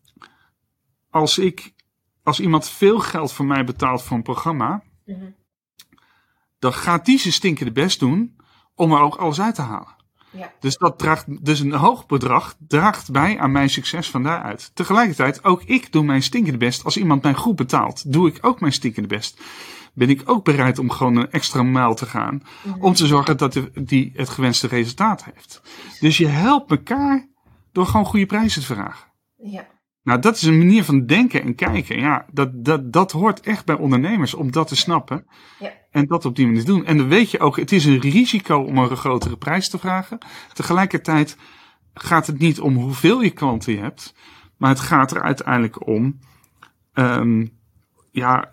als ik, als iemand veel geld voor mij betaalt voor een programma, mm-hmm. dan gaat die zijn stinkende best doen om er ook alles uit te halen. Ja. Dus dat draagt, dus een hoog bedrag draagt bij aan mijn succes van daaruit. Tegelijkertijd, ook ik doe mijn stinkende best. Als iemand mij goed betaalt, doe ik ook mijn stinkende best. Ben ik ook bereid om gewoon een extra mijl te gaan. Mm-hmm. Om te zorgen dat de, die het gewenste resultaat heeft. Dus je helpt elkaar door gewoon goede prijzen te vragen. Ja. Nou, dat is een manier van denken en kijken. Ja, dat, dat, dat hoort echt bij ondernemers om dat te snappen. Ja. En dat op die manier te doen. En dan weet je ook, het is een risico om een grotere prijs te vragen. Tegelijkertijd gaat het niet om hoeveel je klanten je hebt. Maar het gaat er uiteindelijk om, um, ja,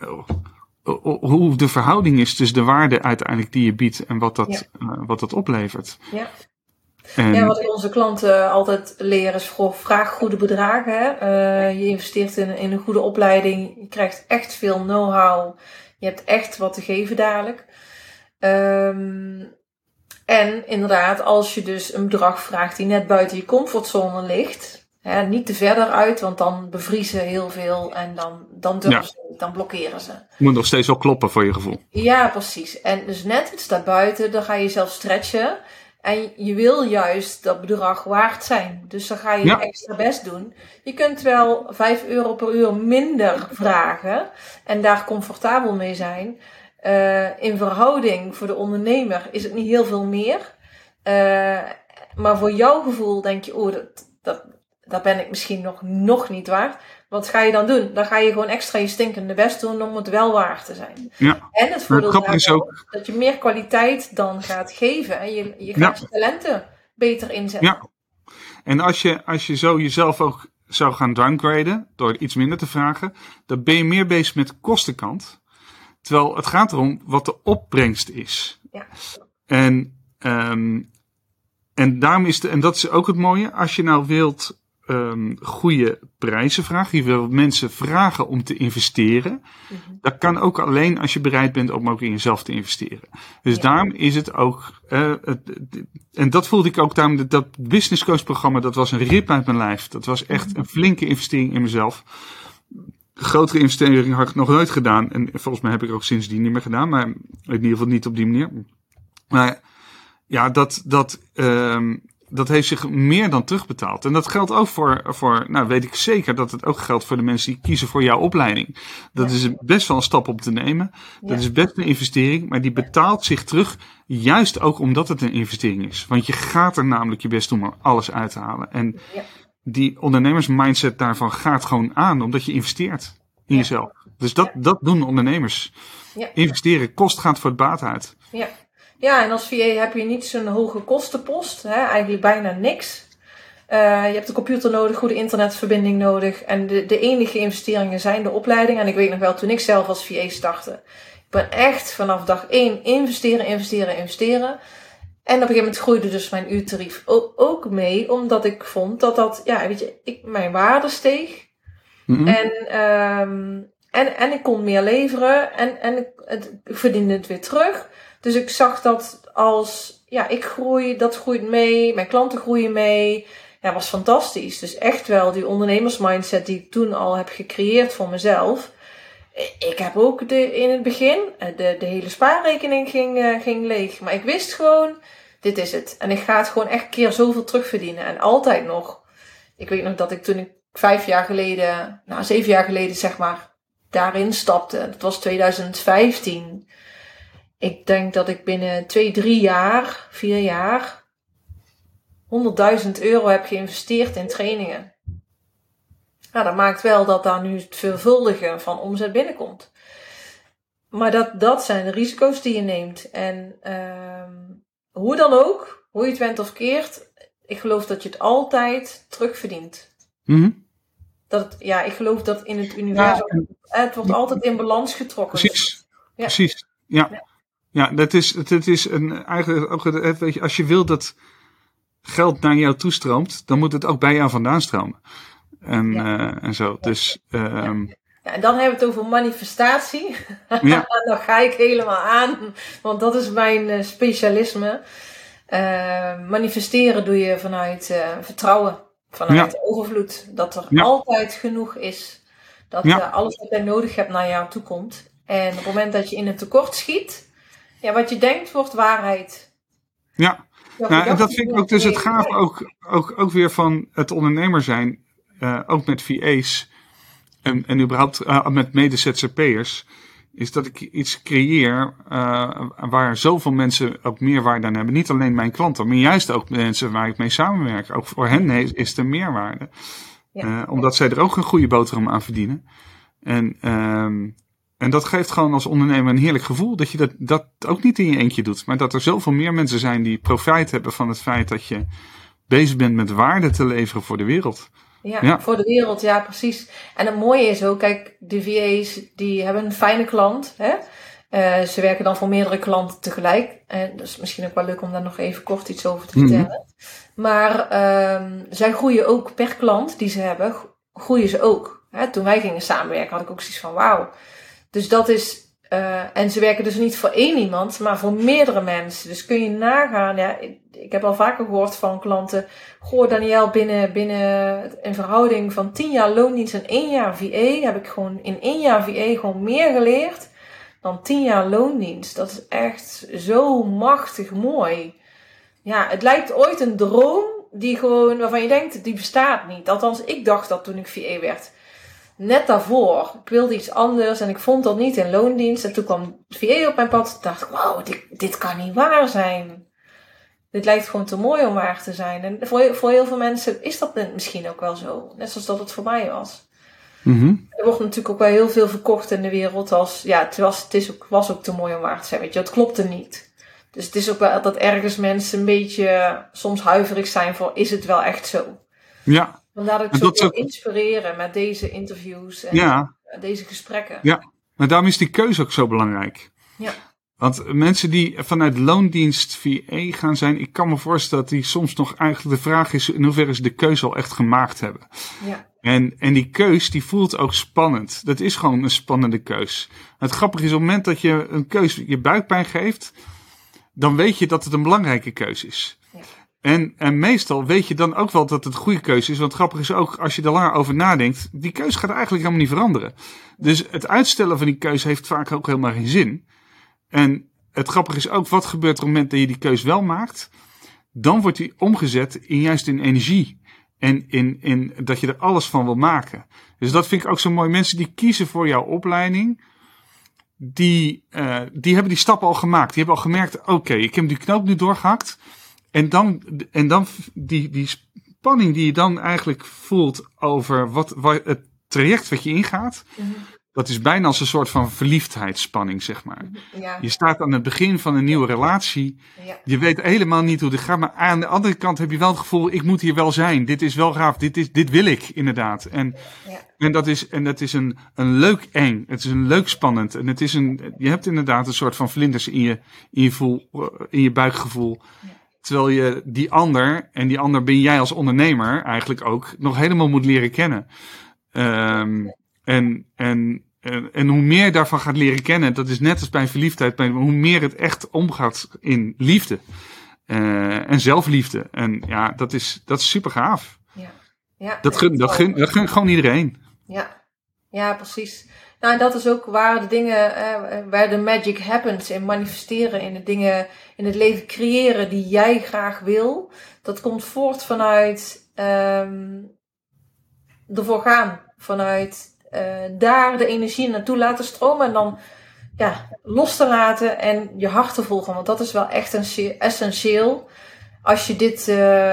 hoe de verhouding is tussen de waarde uiteindelijk die je biedt en wat dat, ja. uh, wat dat oplevert. Ja. En, ja, wat ik onze klanten altijd leren is vraag goede bedragen. Hè? Uh, je investeert in, in een goede opleiding. Je krijgt echt veel know-how. Je hebt echt wat te geven dadelijk. Um, en inderdaad, als je dus een bedrag vraagt die net buiten je comfortzone ligt. Hè, niet te verder uit, want dan bevriezen heel veel en dan, dan, durven ja. ze, dan blokkeren ze. Moet nog steeds wel kloppen voor je gevoel. Ja, precies. En dus net iets daarbuiten, dan ga je jezelf stretchen. En je wil juist dat bedrag waard zijn. Dus dan ga je ja. je extra best doen. Je kunt wel vijf euro per uur minder vragen. En daar comfortabel mee zijn. Uh, in verhouding voor de ondernemer is het niet heel veel meer. Uh, maar voor jouw gevoel denk je, oh, dat, dat, dat ben ik misschien nog, nog niet waard. Wat ga je dan doen? Dan ga je gewoon extra je stinkende best doen om het wel waard te zijn. Ja. En het voordeel is ook dat je meer kwaliteit dan gaat geven. En je, je gaat ja. je talenten beter inzetten. Ja. En als je, als je zo jezelf ook zou gaan downgraden, door iets minder te vragen, dan ben je meer bezig met de kostenkant. Terwijl het gaat erom wat de opbrengst is. Ja. En, um, en daarom is de, en dat is ook het mooie, als je nou wilt um, goede prijzen vragen. Je wil mensen vragen om te investeren. Mm-hmm. Dat kan ook alleen als je bereid bent om ook in jezelf te investeren. Dus ja. daarom is het ook, uh, het, en dat voelde ik ook, daarom dat business coach programma, dat was een rip uit mijn lijf. Dat was echt mm-hmm. een flinke investering in mezelf. Grotere investering had ik nog nooit gedaan. En volgens mij heb ik ook sindsdien niet meer gedaan. Maar in ieder geval niet op die manier. Maar ja, dat, dat, um, dat heeft zich meer dan terugbetaald. En dat geldt ook voor, voor, nou weet ik zeker dat het ook geldt voor de mensen die kiezen voor jouw opleiding. Dat ja. is best wel een stap om te nemen. Dat ja. is best een investering. Maar die betaalt zich terug. Juist ook omdat het een investering is. Want je gaat er namelijk je best doen om alles uit te halen. En ja. die ondernemersmindset daarvan gaat gewoon aan, omdat je investeert in ja. jezelf. Dus dat, ja. dat doen ondernemers. Ja. Investeren kost gaat voor het baat uit. Ja, ja en als V A heb je niet zo'n hoge kostenpost, hè? Eigenlijk bijna niks. Uh, je hebt de computer nodig, goede internetverbinding nodig. En de, de enige investeringen zijn de opleiding. En ik weet nog wel, toen ik zelf als V A startte, ik ben echt vanaf dag één investeren, investeren, investeren. En op een gegeven moment groeide dus mijn uurtarief ook mee, omdat ik vond dat dat, ja, weet je, ik, mijn waarde steeg. Mm-hmm. En, um, en, en ik kon meer leveren en, en ik, het, ik verdiende het weer terug. Dus ik zag dat als, ja, ik groei, dat groeit mee, mijn klanten groeien mee. Ja, was fantastisch. Dus echt wel die ondernemersmindset die ik toen al heb gecreëerd voor mezelf. Ik heb ook de, in het begin, de, de hele spaarrekening ging, uh, ging leeg. Maar ik wist gewoon, dit is het. En ik ga het gewoon echt keer zoveel terugverdienen. En altijd nog. Ik weet nog dat ik toen ik vijf jaar geleden, nou zeven jaar geleden zeg maar, daarin stapte. Dat was twintig vijftien. Ik denk dat ik binnen twee, drie jaar, vier jaar, honderdduizend euro heb geïnvesteerd in trainingen. Nou, dat maakt wel dat daar nu het veelvuldige van omzet binnenkomt. Maar dat, dat zijn de risico's die je neemt. En um, hoe dan ook, hoe je het went of keert, ik geloof dat je het altijd terugverdient. Mm-hmm. Dat het, ja, ik geloof dat in het universum, ja, het wordt altijd in balans getrokken. Precies, ja. precies. Ja. ja, ja, dat is, dat is een, eigenlijk ook, weet je, als je wilt dat geld naar jou toestroomt, dan moet het ook bij jou vandaan stromen. En, ja. uh, en zo. Dus, um... ja. Ja, en dan hebben we het over manifestatie. Ja. Dan ga ik helemaal aan, want dat is mijn uh, specialisme. Uh, manifesteren doe je vanuit uh, vertrouwen, vanuit ja. overvloed. Dat er ja. altijd genoeg is. Dat ja. uh, alles wat jij nodig hebt naar jou toe komt. En op het moment dat je in een tekort schiet, ja, wat je denkt wordt waarheid. Ja, nou, en dat vind ik ook dus het gaaf ook, ook, ook weer van het ondernemer zijn. Uh, ook met V A's en, en überhaupt uh, met mede-Z Z P'ers, is dat ik iets creëer uh, waar zoveel mensen ook meerwaarde aan hebben. Niet alleen mijn klanten, maar juist ook mensen waar ik mee samenwerk. Ook voor hen is, is er meerwaarde. Ja. Uh, omdat zij er ook een goede boterham aan verdienen. En, um, en dat geeft gewoon als ondernemer een heerlijk gevoel dat je dat, dat ook niet in je eentje doet. Maar dat er zoveel meer mensen zijn die profijt hebben van het feit dat je bezig bent met waarde te leveren voor de wereld. Ja, ja, voor de wereld, ja, precies. En het mooie is ook, kijk, de V A's die hebben een fijne klant. Hè? Uh, ze werken dan voor meerdere klanten tegelijk. En dat is misschien ook wel leuk om daar nog even kort iets over te vertellen. Mm-hmm. Maar um, zij groeien ook per klant die ze hebben, groeien ze ook. Hè? Toen wij gingen samenwerken had ik ook zoiets van wauw. Dus dat is, uh, en ze werken dus niet voor één iemand, maar voor meerdere mensen. Dus kun je nagaan, ja, ik, ik heb al vaker gehoord van klanten, goh Danielle, binnen, binnen een verhouding van tien jaar loondienst en één jaar V A, heb ik gewoon in één jaar V A gewoon meer geleerd dan tien jaar loondienst. Dat is echt zo machtig mooi. Ja, het lijkt ooit een droom die gewoon, waarvan je denkt, die bestaat niet. Althans, ik dacht dat toen ik V A werd. Net daarvoor, ik wilde iets anders en ik vond dat niet in loondienst. En toen kwam V A op mijn pad en dacht ik, wauw, dit, dit kan niet waar zijn. Dit lijkt gewoon te mooi om waar te zijn. En voor, voor heel veel mensen is dat misschien ook wel zo. Net zoals dat het voor mij was. Mm-hmm. Er wordt natuurlijk ook wel heel veel verkocht in de wereld als, ja, het was, het is ook, was ook te mooi om waar te zijn. Weet je, het klopte niet. Dus het is ook wel dat ergens mensen een beetje soms huiverig zijn voor, is het wel echt zo? Ja. Vandaar dat ik zo wil inspireren met deze interviews en ja. deze gesprekken. Ja, maar daarom is die keuze ook zo belangrijk. Ja. Want mensen die vanuit loondienst V A gaan zijn, ik kan me voorstellen dat die soms nog eigenlijk de vraag is in hoeverre ze de keuze al echt gemaakt hebben. Ja. En, en die keus die voelt ook spannend. Dat is gewoon een spannende keus. Het grappige is op het moment dat je een keus je buikpijn geeft, dan weet je dat het een belangrijke keus is. Ja. En, en meestal weet je dan ook wel dat het een goede keuze is. Want het grappige is ook, als je er langer over nadenkt, die keuze gaat eigenlijk helemaal niet veranderen. Dus het uitstellen van die keuze heeft vaak ook helemaal geen zin. En het grappige is ook, wat gebeurt op het moment dat je die keuze wel maakt? Dan wordt die omgezet in juist in energie. En in, in dat je er alles van wil maken. Dus dat vind ik ook zo mooi. Mensen die kiezen voor jouw opleiding, die, uh, die hebben die stap al gemaakt. Die hebben al gemerkt, oké, okay, ik heb die knoop nu doorgehakt. En dan, en dan die, die spanning die je dan eigenlijk voelt over wat, wat het traject wat je ingaat. Mm-hmm. Dat is bijna als een soort van verliefdheidsspanning, zeg maar. Ja. Je staat aan het begin van een nieuwe relatie. Ja. Je weet helemaal niet hoe het gaat. Maar aan de andere kant heb je wel het gevoel, ik moet hier wel zijn. Dit is wel gaaf. Dit, is, dit wil ik, inderdaad. En, ja. en dat is, en dat is een, een leuk eng. Het is een leuk spannend. En het is een, je hebt inderdaad een soort van vlinders in je, in je, voel, in je buikgevoel. Ja. Terwijl je die ander, en die ander ben jij als ondernemer eigenlijk ook, nog helemaal moet leren kennen. Um, En, en, en, en hoe meer je daarvan gaat leren kennen, dat is net als bij verliefdheid, hoe meer het echt omgaat in liefde. Uh, en zelfliefde. En ja, dat is, dat is super gaaf. Ja. Ja, dat gun, dat gun, dat gun gewoon iedereen. Ja, ja, precies. Nou, en dat is ook waar de dingen, eh, waar de magic happens in manifesteren, in de dingen, in het leven creëren die jij graag wil. Dat komt voort vanuit um, ervoor gaan, vanuit Uh, daar de energie naartoe laten stromen en dan ja, los te laten en je hart te volgen. Want dat is wel echt een, essentieel als je dit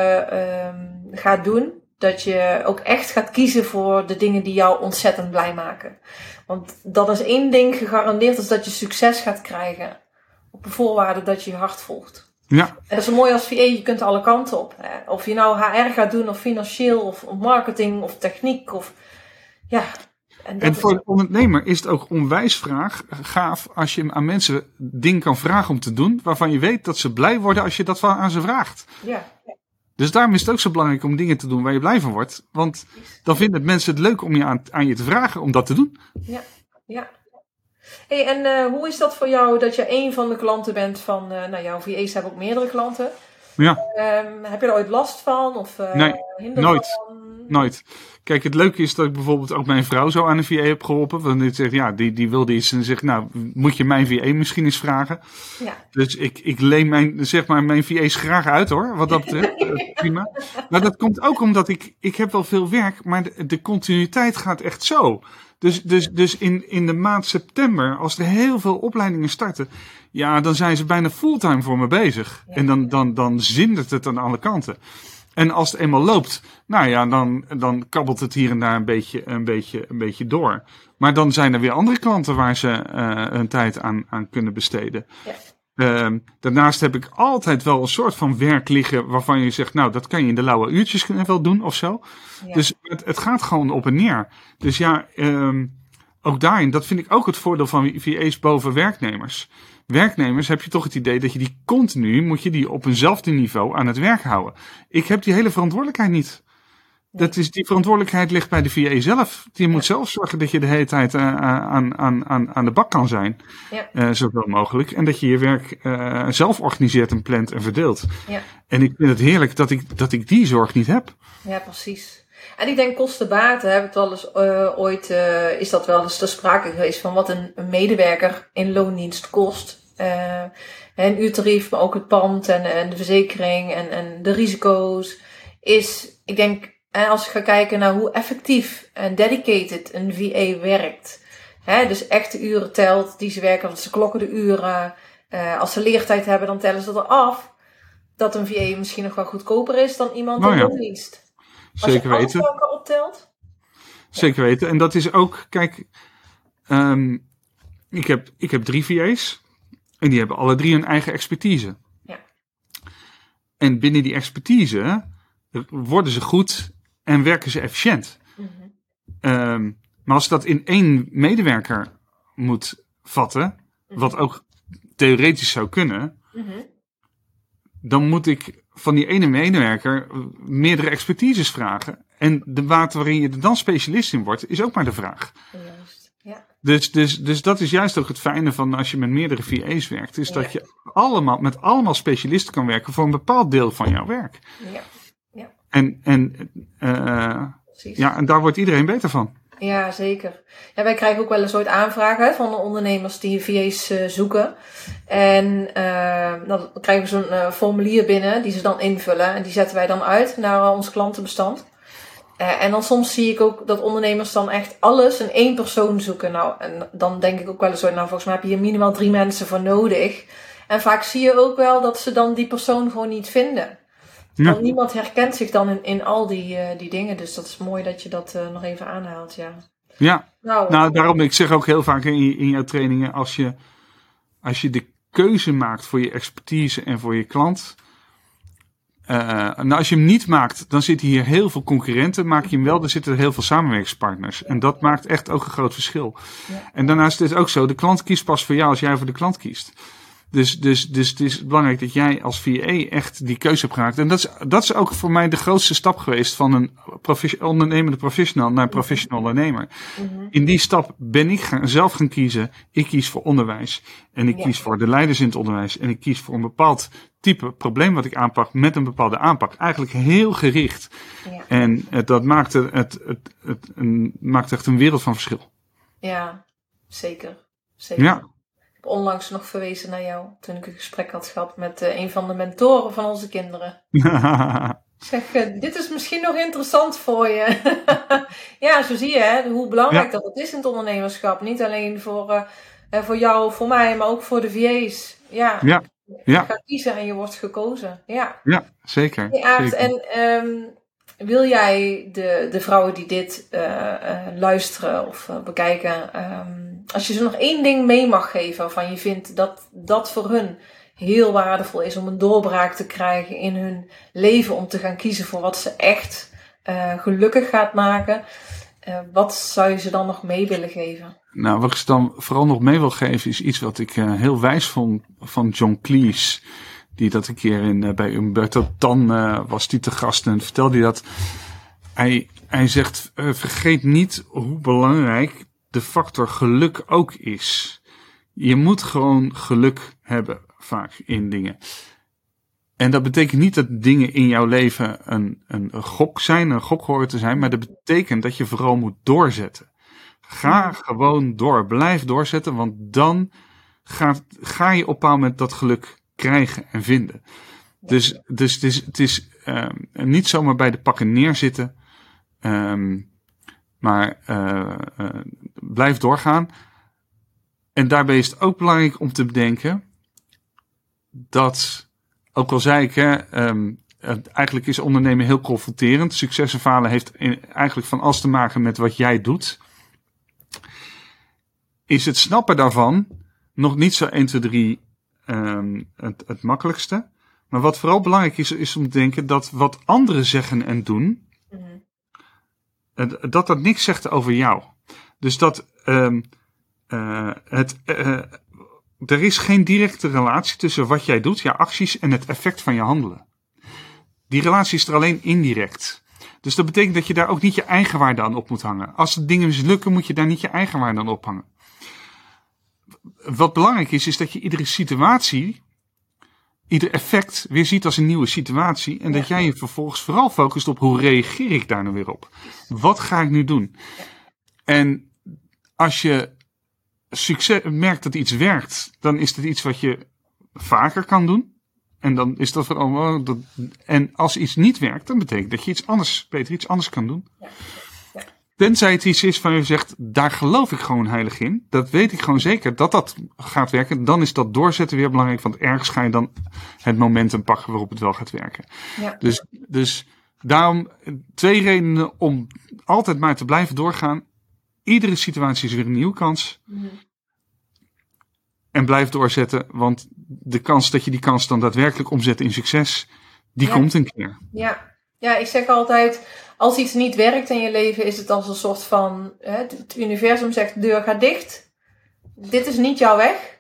uh, um, gaat doen. Dat je ook echt gaat kiezen voor de dingen die jou ontzettend blij maken. Want dat is één ding gegarandeerd, is dat je succes gaat krijgen. Op de voorwaarde dat je je hart volgt. Ja. En dat is zo mooi als V A, je kunt alle kanten op. Hè. Of je nou H R gaat doen, of financieel, of marketing, of techniek, of ja... En, en voor de ondernemer is het ook onwijs vraag, gaaf als je aan mensen dingen kan vragen om te doen, waarvan je weet dat ze blij worden als je dat aan ze vraagt. Ja. Dus daarom is het ook zo belangrijk om dingen te doen waar je blij van wordt. Want dan vinden mensen het leuk om je aan, aan je te vragen om dat te doen. Ja, ja. Hey, en uh, hoe is dat voor jou dat je een van de klanten bent van, uh, nou jouw V A's hebben ook meerdere klanten. Ja. Um, heb je er ooit last van? Of uh, nee, hinder nooit. Van? Nooit. Kijk, het leuke is dat ik bijvoorbeeld ook mijn vrouw zo aan een V A heb geholpen. Want die zegt, ja, die, die wilde iets en zegt, nou, moet je mijn V A misschien eens vragen? Ja. Dus ik, ik leen mijn, zeg maar, mijn V A's graag uit hoor, wat dat betreft. uh, prima. Maar dat komt ook omdat ik, ik heb wel veel werk, maar de, de continuïteit gaat echt zo. Dus, dus, dus in, in de maand september, als er heel veel opleidingen starten, ja, dan zijn ze bijna fulltime voor me bezig. Ja. En dan, dan, dan zindert het aan alle kanten. En als het eenmaal loopt, nou ja, dan, dan kabbelt het hier en daar een beetje, een beetje, een beetje door. Maar dan zijn er weer andere klanten waar ze uh, hun tijd aan, aan kunnen besteden. Ja. Uh, daarnaast heb ik altijd wel een soort van werk liggen waarvan je zegt, nou, dat kan je in de lauwe uurtjes wel doen of zo. Ja. Dus het, het gaat gewoon op en neer. Dus ja, um, ook daarin, dat vind ik ook het voordeel van V A's boven werknemers. Werknemers heb je toch het idee dat je die continu, moet je die op eenzelfde niveau aan het werk houden. Ik heb die hele verantwoordelijkheid niet. Nee. Dat is, die verantwoordelijkheid ligt bij de V A zelf. Die moet ja. zelf zorgen dat je de hele tijd uh, aan, aan, aan, aan de bak kan zijn. Ja. Uh, zoveel mogelijk. En dat je je werk uh, zelf organiseert en plant en verdeelt. Ja. En ik vind het heerlijk dat ik, dat ik die zorg niet heb. Ja, precies. En ik denk kosten-baten, heb ik wel eens uh, ooit, uh, is dat wel eens ter sprake geweest van wat een, een medewerker in loondienst kost. Uh, een uurtarief, maar ook het pand en, en de verzekering en, en de risico's. Is, ik denk, als ik ga kijken naar hoe effectief en dedicated een V A werkt. Hè, dus echt de uren telt die ze werken, want ze klokken de uren. Uh, als ze leertijd hebben, dan tellen ze er af. Dat een V A misschien nog wel goedkoper is dan iemand nou in ja. loondienst. Zeker als je weten. alles bij elkaar optelt. Zeker weten. En dat is ook, kijk, um, ik, heb, ik heb drie V A's. En die hebben alle drie hun eigen expertise. Ja. En binnen die expertise worden ze goed en werken ze efficiënt. Mm-hmm. Um, maar als dat in één medewerker moet vatten, mm-hmm. wat ook theoretisch zou kunnen, mm-hmm. dan moet ik van die ene medewerker meerdere expertises vragen. En de mate waarin je er dan specialist in wordt, is ook maar de vraag. Juist, ja. Dus, dus, dus dat is juist ook het fijne van als je met meerdere V A's werkt. Is ja. dat je allemaal, met allemaal specialisten kan werken voor een bepaald deel van jouw werk. Ja. Ja. En, en, uh, ja, en daar wordt iedereen beter van. Ja, zeker. Ja, wij krijgen ook wel een soort aanvragen hè, van de ondernemers die V A's uh, zoeken. En uh, dan krijgen we zo'n uh, formulier binnen die ze dan invullen. En die zetten wij dan uit naar uh, ons klantenbestand. Uh, en dan soms zie ik ook dat ondernemers dan echt alles in één persoon zoeken. Nou, en dan denk ik ook wel eens, nou volgens mij heb je hier minimaal drie mensen voor nodig. En vaak zie je ook wel dat ze dan die persoon gewoon niet vinden. Ja. Want niemand herkent zich dan in, in al die, uh, die dingen. Dus dat is mooi dat je dat uh, nog even aanhaalt, ja. Ja, nou, nou daarom, ik zeg ook heel vaak in, in jouw trainingen, als je, als je de keuze maakt voor je expertise en voor je klant. Uh, nou, als je hem niet maakt, dan zitten hier heel veel concurrenten. Maak je hem wel, dan zitten er heel veel samenwerkingspartners. En dat maakt echt ook een groot verschil. Ja. En daarnaast is het ook zo, de klant kiest pas voor jou als jij voor de klant kiest. Dus, dus, dus het is belangrijk dat jij als V A echt die keuze hebt gemaakt. En dat is, dat is ook voor mij de grootste stap geweest van een profe- ondernemende professional naar een professional ondernemer. Mm-hmm. In die stap ben ik gaan, zelf gaan kiezen. Ik kies voor onderwijs. En ik ja. kies voor de leiders in het onderwijs. En ik kies voor een bepaald type probleem wat ik aanpak met een bepaalde aanpak. Eigenlijk heel gericht. Ja. En het, dat maakt, het, het, het, het een, maakt echt een wereld van verschil. Ja, zeker. Zeker. Ja. Ik heb onlangs nog verwezen naar jou, toen ik een gesprek had gehad met uh, een van de mentoren van onze kinderen. Ik zeg, uh, dit is misschien nog interessant voor je. Ja, zo zie je hè, hoe belangrijk ja. dat het is in het ondernemerschap. Niet alleen voor, uh, uh, voor jou, voor mij, maar ook voor de V A's. Ja, ja. ja. Je gaat kiezen en je wordt gekozen. Ja, ja zeker. Hey, Aart, zeker. En um, wil jij de, de vrouwen die dit uh, uh, luisteren of uh, bekijken, um, als je ze nog één ding mee mag geven waarvan je vindt dat dat voor hun heel waardevol is om een doorbraak te krijgen in hun leven, om te gaan kiezen voor wat ze echt uh, gelukkig gaat maken, uh, wat zou je ze dan nog mee willen geven? Nou, wat ik ze dan vooral nog mee wil geven is iets wat ik uh, heel wijs vond van John Cleese. Die dat een keer in, uh, bij Umberto Tan uh, was die te gast en vertelde hij dat. Hij, hij zegt, uh, vergeet niet hoe belangrijk de factor geluk ook is. Je moet gewoon geluk hebben vaak in dingen. En dat betekent niet dat dingen in jouw leven een, een, een gok zijn, een gok horen te zijn, maar dat betekent dat je vooral moet doorzetten. Ga gewoon door, blijf doorzetten, want dan gaat, ga je op een bepaald moment dat geluk krijgen en vinden. Dus, dus het is, het is um, niet zomaar bij de pakken neerzitten, um, maar uh, uh, blijf doorgaan. En daarbij is het ook belangrijk om te bedenken dat, ook al zei ik, hè, um, eigenlijk is ondernemen heel confronterend. Succes en falen heeft in, eigenlijk van alles te maken met wat jij doet. Is het snappen daarvan nog niet zo één, twee, drie um, het, het makkelijkste. Maar wat vooral belangrijk is, is om te denken dat wat anderen zeggen en doen, mm-hmm. dat dat niks zegt over jou. Dus dat um, uh, het, uh, er is geen directe relatie tussen wat jij doet, jouw acties en het effect van je handelen. Die relatie is er alleen indirect. Dus dat betekent dat je daar ook niet je eigenwaarde aan op moet hangen. Als de dingen mislukken, moet je daar niet je eigenwaarde aan ophangen. Wat belangrijk is, is dat je iedere situatie, ieder effect weer ziet als een nieuwe situatie. En dat jij je vervolgens vooral focust op hoe reageer ik daar nou weer op. Wat ga ik nu doen? En als je succes merkt dat iets werkt, dan is dat iets wat je vaker kan doen. En dan is dat vooral. Dat, en als iets niet werkt, dan betekent dat je iets anders, beter iets anders kan doen. Ja. Ja. Tenzij het iets is van je zegt, daar geloof ik gewoon heilig in. Dat weet ik gewoon zeker dat dat gaat werken. Dan is dat doorzetten weer belangrijk. Want ergens ga je dan het momentum pakken waarop het wel gaat werken. Ja. Dus, dus daarom twee redenen om altijd maar te blijven doorgaan. Iedere situatie is weer een nieuwe kans. Mm-hmm. En blijf doorzetten, want de kans dat je die kans dan daadwerkelijk omzet in succes, die ja. komt een keer. Ja. ja, ik zeg altijd, als iets niet werkt in je leven, is het als een soort van, hè, het universum zegt, de deur gaat dicht. Dit is niet jouw weg.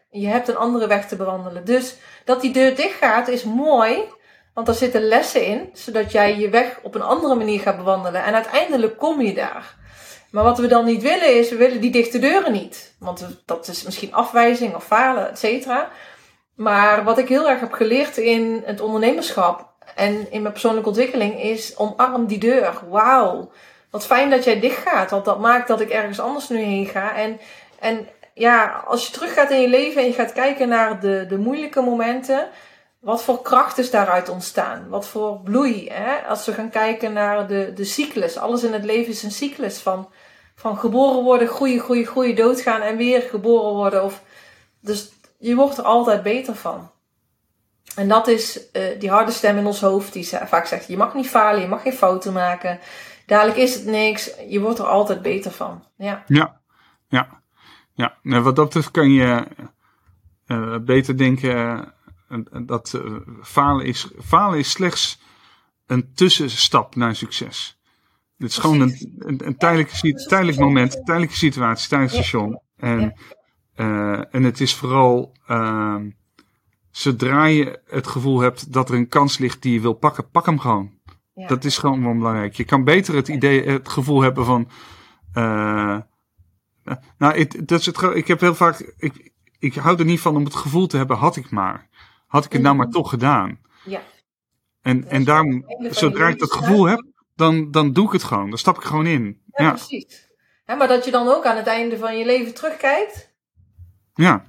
Je hebt een andere weg te bewandelen. Dus dat die deur dicht gaat is mooi. Want daar zitten lessen in. Zodat jij je weg op een andere manier gaat bewandelen. En uiteindelijk kom je daar. Maar wat we dan niet willen is, we willen die dichte deuren niet. Want dat is misschien afwijzing of falen, et cetera. Maar wat ik heel erg heb geleerd in het ondernemerschap en in mijn persoonlijke ontwikkeling is, omarm die deur. Wauw, wat fijn dat jij dicht gaat. Want dat maakt dat ik ergens anders nu heen ga. En, en ja, als je teruggaat in je leven en je gaat kijken naar de, de moeilijke momenten, wat voor kracht is daaruit ontstaan? Wat voor bloei? Hè? Als we gaan kijken naar de, de cyclus. Alles in het leven is een cyclus van, van geboren worden, groeien, groeien, groeien, doodgaan en weer geboren worden. Of, dus je wordt er altijd beter van. En dat is uh, die harde stem in ons hoofd die vaak zegt, je mag niet falen, je mag geen fouten maken. Dadelijk is het niks. Je wordt er altijd beter van. Ja, ja, ja. ja. Nou, wat dat betreft kan je uh, beter denken uh, dat uh, falen, is, falen is slechts een tussenstap naar succes. Het is Precies. gewoon een, een, een tijdelijk, ja, tijdelijk moment, een tijdelijke situatie, tijdelijk ja. station. En, ja. uh, en het is vooral, uh, zodra je het gevoel hebt dat er een kans ligt die je wil pakken, pak hem gewoon. Ja. Dat is gewoon wel belangrijk. Je kan beter het idee, het gevoel hebben van, uh, nou, het, dat is het, ik heb heel vaak, ik, ik hou er niet van om het gevoel te hebben, had ik maar. Had ik het nou maar toch gedaan. Ja. En, en daarom, zodra ik dat gevoel heb, dan, dan doe ik het gewoon. Dan stap ik gewoon in. Ja, ja. precies. Ja, maar dat je dan ook aan het einde van je leven terugkijkt. Ja.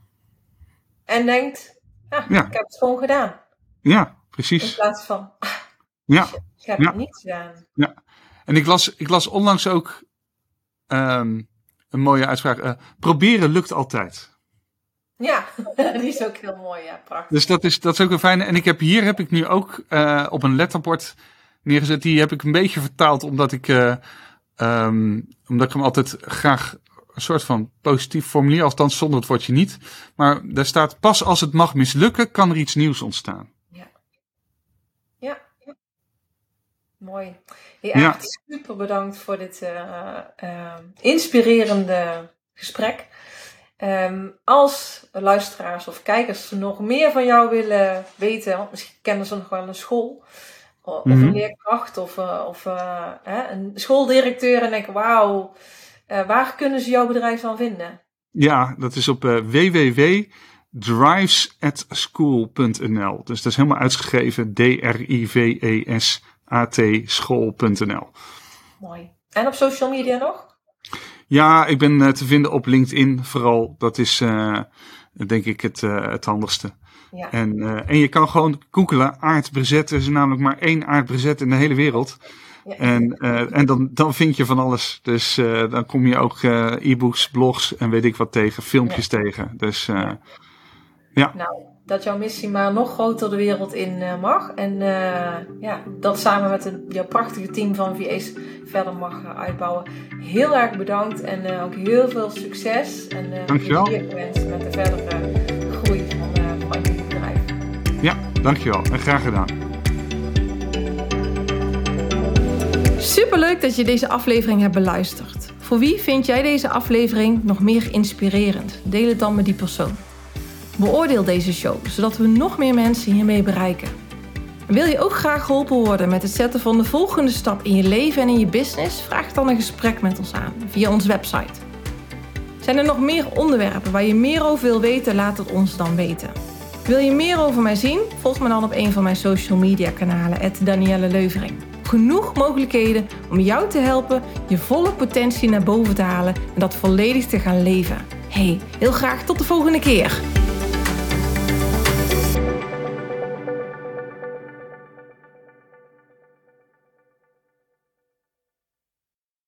En denkt, ah, ja. ik heb het gewoon gedaan. Ja, precies. In plaats van, ah, ja. ik heb ja. het niet gedaan. Ja. En ik las, ik las onlangs ook um, een mooie uitspraak. Uh, proberen lukt altijd. Ja, die is ook heel mooi, ja, prachtig. Dus dat is, dat is ook een fijne. En ik heb hier heb ik nu ook uh, op een letterbord neergezet. Die heb ik een beetje vertaald, omdat ik, uh, um, omdat ik hem altijd graag een soort van positief formulier, althans zonder het woordje niet. Maar daar staat, pas als het mag mislukken, kan er iets nieuws ontstaan. Ja. Ja. ja. Mooi. Hey, echt ja. super bedankt voor dit uh, uh, inspirerende gesprek. Um, als luisteraars of kijkers nog meer van jou willen weten, want misschien kennen ze nog wel een school, of mm-hmm. een leerkracht, of, uh, of uh, hè, een schooldirecteur en denken, wauw, uh, waar kunnen ze jouw bedrijf dan vinden? Ja, dat is op uh, w w w punt drives at school punt n l. Dus dat is helemaal uitgeschreven, D R I V E S A T school punt n l. Mooi. En op social media nog? Ja, ik ben uh, te vinden op LinkedIn vooral. Dat is uh, denk ik het, uh, het handigste. Ja. En, uh, en je kan gewoon googelen Aart Brezet. Er is namelijk maar één Aart Brezet in de hele wereld. Ja. En, uh, en dan, dan vind je van alles. Dus uh, dan kom je ook uh, e-books, blogs en weet ik wat tegen. Filmpjes ja. tegen. Dus uh, ja. ja. Nou, dat jouw missie maar nog groter de wereld in uh, mag. En uh, ja, dat samen met een, jouw prachtige team van V A's verder mag uh, uitbouwen. Heel erg bedankt en uh, ook heel veel succes. En uh, dankjewel. Heel gewenst met de verdere groei van, uh, van jullie bedrijf. Ja, dankjewel. En graag gedaan. Superleuk dat je deze aflevering hebt beluisterd. Voor wie vind jij deze aflevering nog meer inspirerend? Deel het dan met die persoon. Beoordeel deze show, zodat we nog meer mensen hiermee bereiken. En wil je ook graag geholpen worden met het zetten van de volgende stap in je leven en in je business? Vraag dan een gesprek met ons aan via onze website. Zijn er nog meer onderwerpen waar je meer over wil weten? Laat het ons dan weten. Wil je meer over mij zien? Volg me dan op een van mijn social media kanalen, at Danielle Leuvering. Genoeg mogelijkheden om jou te helpen je volle potentie naar boven te halen en dat volledig te gaan leven. Hey, heel graag tot de volgende keer!